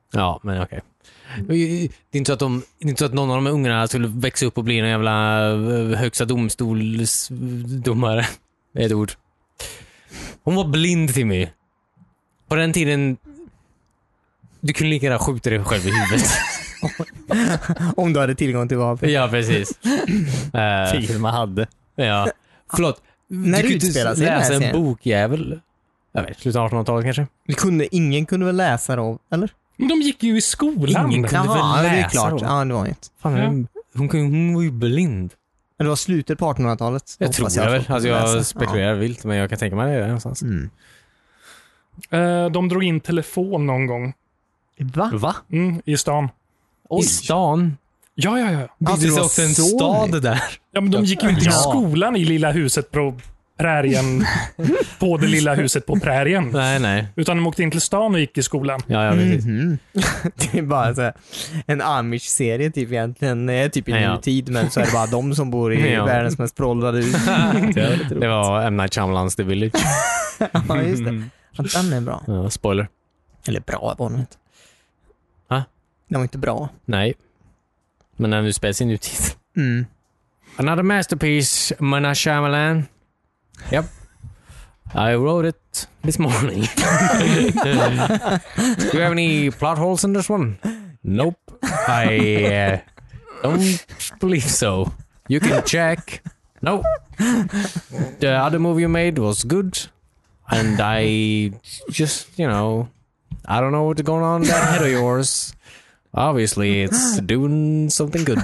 Ja, men okej. Det är inte så att de, det är inte så att någon av de ungarna skulle växa upp och bli en jävla högsta domstolsdomare. Det är ett ord. Hon var blind, Timmy. På den tiden du kunde lika gärna skjuta dig själv i huvudet.
Om du hade tillgång till vapen.
Ja, precis. uh,
Film man hade.
ja. Förlåt.
När
du
det
kunde
utspelar
inte
sig den här
läsa en
serien?
bokjävel. Jag vet, slutet av artonhundratalet kanske.
Det kunde, ingen kunde väl läsa då, eller?
Men de gick ju i skolan.
Ingen kunde väl
Jaha, det är
läsa
klart.
då?
Ja, det var inget.
Fan,
Ja.
hon, hon, hon var ju blind.
Men det var slutet på artonhundratalet.
Jag
Hoppas
tror det väl.
folk
Alltså jag
läser.
spekulerar vilt, men jag kan tänka mig det där någonstans.
Ja. Mm.
Eh, de drog in telefon någon gång
Va?
Va?
mm, i stan.
I stan?
Ja, ja, ja.
Det
Alltså,
finns
det var
också en
så
stad
nytt.
där.
Ja, men de gick ju inte i
Ja.
skolan i lilla huset på prärien. på det lilla huset på prärien.
Nej, nej.
Utan de åkte in till stan och gick i skolan.
Ja, ja, precis.
Mhm. Det är bara så här, en Amish-serie typ egentligen. Eh, Typ i
Ja, ja.
nutid, men så är det bara de som bor i
Ja.
världens mest prollrade hus.
Det var M. Night Shyamalans The Village.
Ja, just det. Ja, den är bra.
Ja, spoiler.
Eller bra var den inte.
Va?
Den var inte bra.
Nej. Men när du spelar i nutid.
Mm.
Another masterpiece, M. Night Shyamalan. Yep. I wrote it this morning. Do you have any plot holes in this one? Nope. I uh, don't believe so. You can check. Nope. The other movie you made was good. And I just, you know, I don't know what's going on in that head of yours. Obviously, it's doing something good.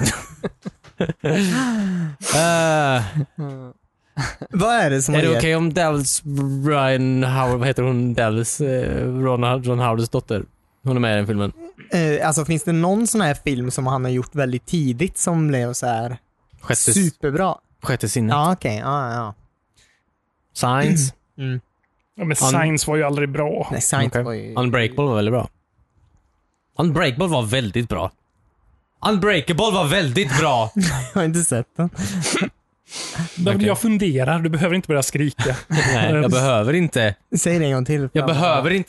uh,
Vad är det som
är
har
det
gett?
okej om Dallas Ryan Howard, vad heter hon? Dallas eh, Ron, Ron Howards dotter. Hon är med i den filmen.
Eh, alltså finns det någon sån här film som han har gjort väldigt tidigt som blev så här
Sjätte,
superbra?
sjätte sinnet.
Ja, okej. Ja, ja.
Science.
Mm.
Ja, men Science var ju aldrig bra.
Nej, Science
Okej.
var ju...
Unbreakable var väldigt bra. Unbreakable var väldigt bra. Unbreakable var väldigt bra.
Jag har inte sett den.
David,
Okej.
Jag funderar. Du behöver inte börja skrika.
Nej, jag behöver inte.
Säg det en gång till.
Jag behöver inte.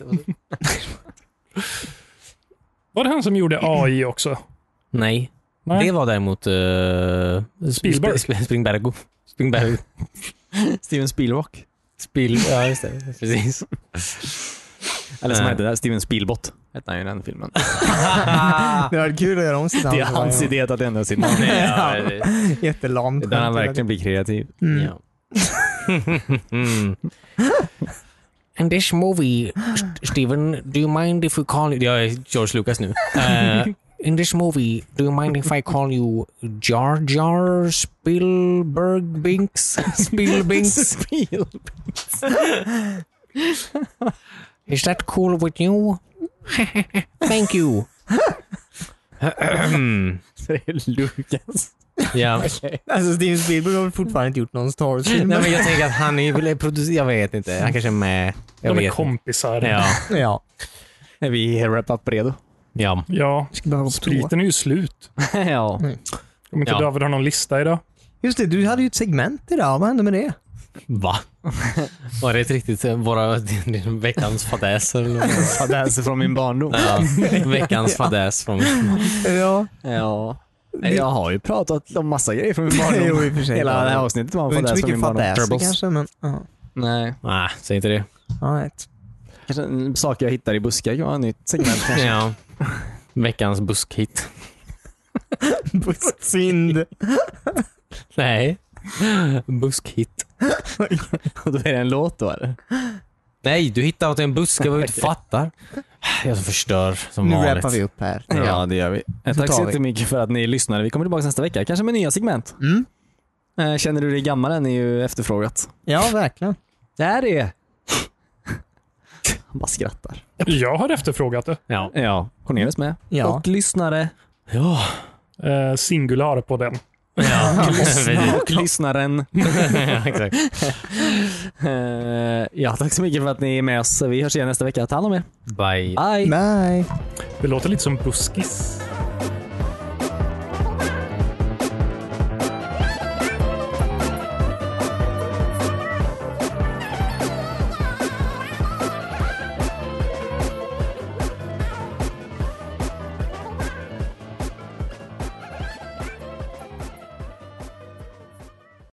Var det han som gjorde A I också?
Nej.
Nej.
Det var däremot uh,
Spielberg.
Sp- Sp- Springberg. Springberg.
Steven Spielberg.
Spiel. Ja, just det. Precis.
Eller som
Nej.
hette där, Steven Spielbot. Hette han ju i den filmen.
Det var kul att göra om sitt
Det är
namn.
hans idé att ändra sitt namn.
Ja,
Jättelamt.
Där han verkligen blir kreativ.
Mm.
Ja. mm. And this movie, St- Steven, do you mind if we call you... Jag är George Lucas nu. Uh, in this movie, do you mind if I call you Jar Jar Spielberg Binks? Spielbinks? Is that cool with you? Thank you.
Det är Lucas.
Ja.
Alltså Steven Spielberg har väl fortfarande inte gjort någon Star Wars-film.
Nej, men jag tänker att han är väl producent. Jag vet inte. Han kanske är med. Jag
De är
vet
kompisar.
inte. Ja.
Ja.
Är vi wrap-up redo?
Ja.
Ja,
Ska behöva gå på toa.
spriten är ju slut.
Ja.
Om inte
Ja.
David har någon lista idag.
Just det, du hade ju ett segment idag. Vad hände med det?
Va? Var det ett riktigt eh, våra din veckans fadäs eller något?
Ja, det här är från min barndom.
Ja, veckans fadäs från
Ja.
Ja. Nej, jag har ju pratat om massa grejer från min
Jo, i och
barndom.
för sig.
Hela det här avsnittet var
Det
en
var inte så
fadäs från
mycket
min barndom.
fadäser
Turtles.
kanske, men... Ja.
Nej.
Nej, säg inte det.
All right.
Kanske en sak jag hittar i buskar kan vara ett nytt segment kanske.
Ja. Veckans buskhit.
Synd.
Nej. Buskhit.
Och då är det en låt då eller?
Nej, du hittar åt en buske vad du inte fattar. Jag förstör som
Nu
vanligt.
rappar vi upp här.
Ja, det gör vi.
Så
Tack
tar
så
vi.
jättemycket för att ni lyssnade. Vi kommer tillbaka nästa vecka. Kanske med nya segment.
Mm.
Eh, Känner du dig gammal än är ju efterfrågat.
Ja, verkligen.
Det är det. Han bara skrattar.
Jag har efterfrågat det.
Ja.
Ja, Cornelius med.
Ja.
Och lyssnare.
Ja.
Eh, singular på den.
Ja.
Och lyssnaren.
Ja, exakt.
Eh, ja, tack så mycket för att ni är med oss. Vi hörs igen nästa vecka. Ta hand om er.
Bye.
Bye.
Bye.
Det låter lite som buskis.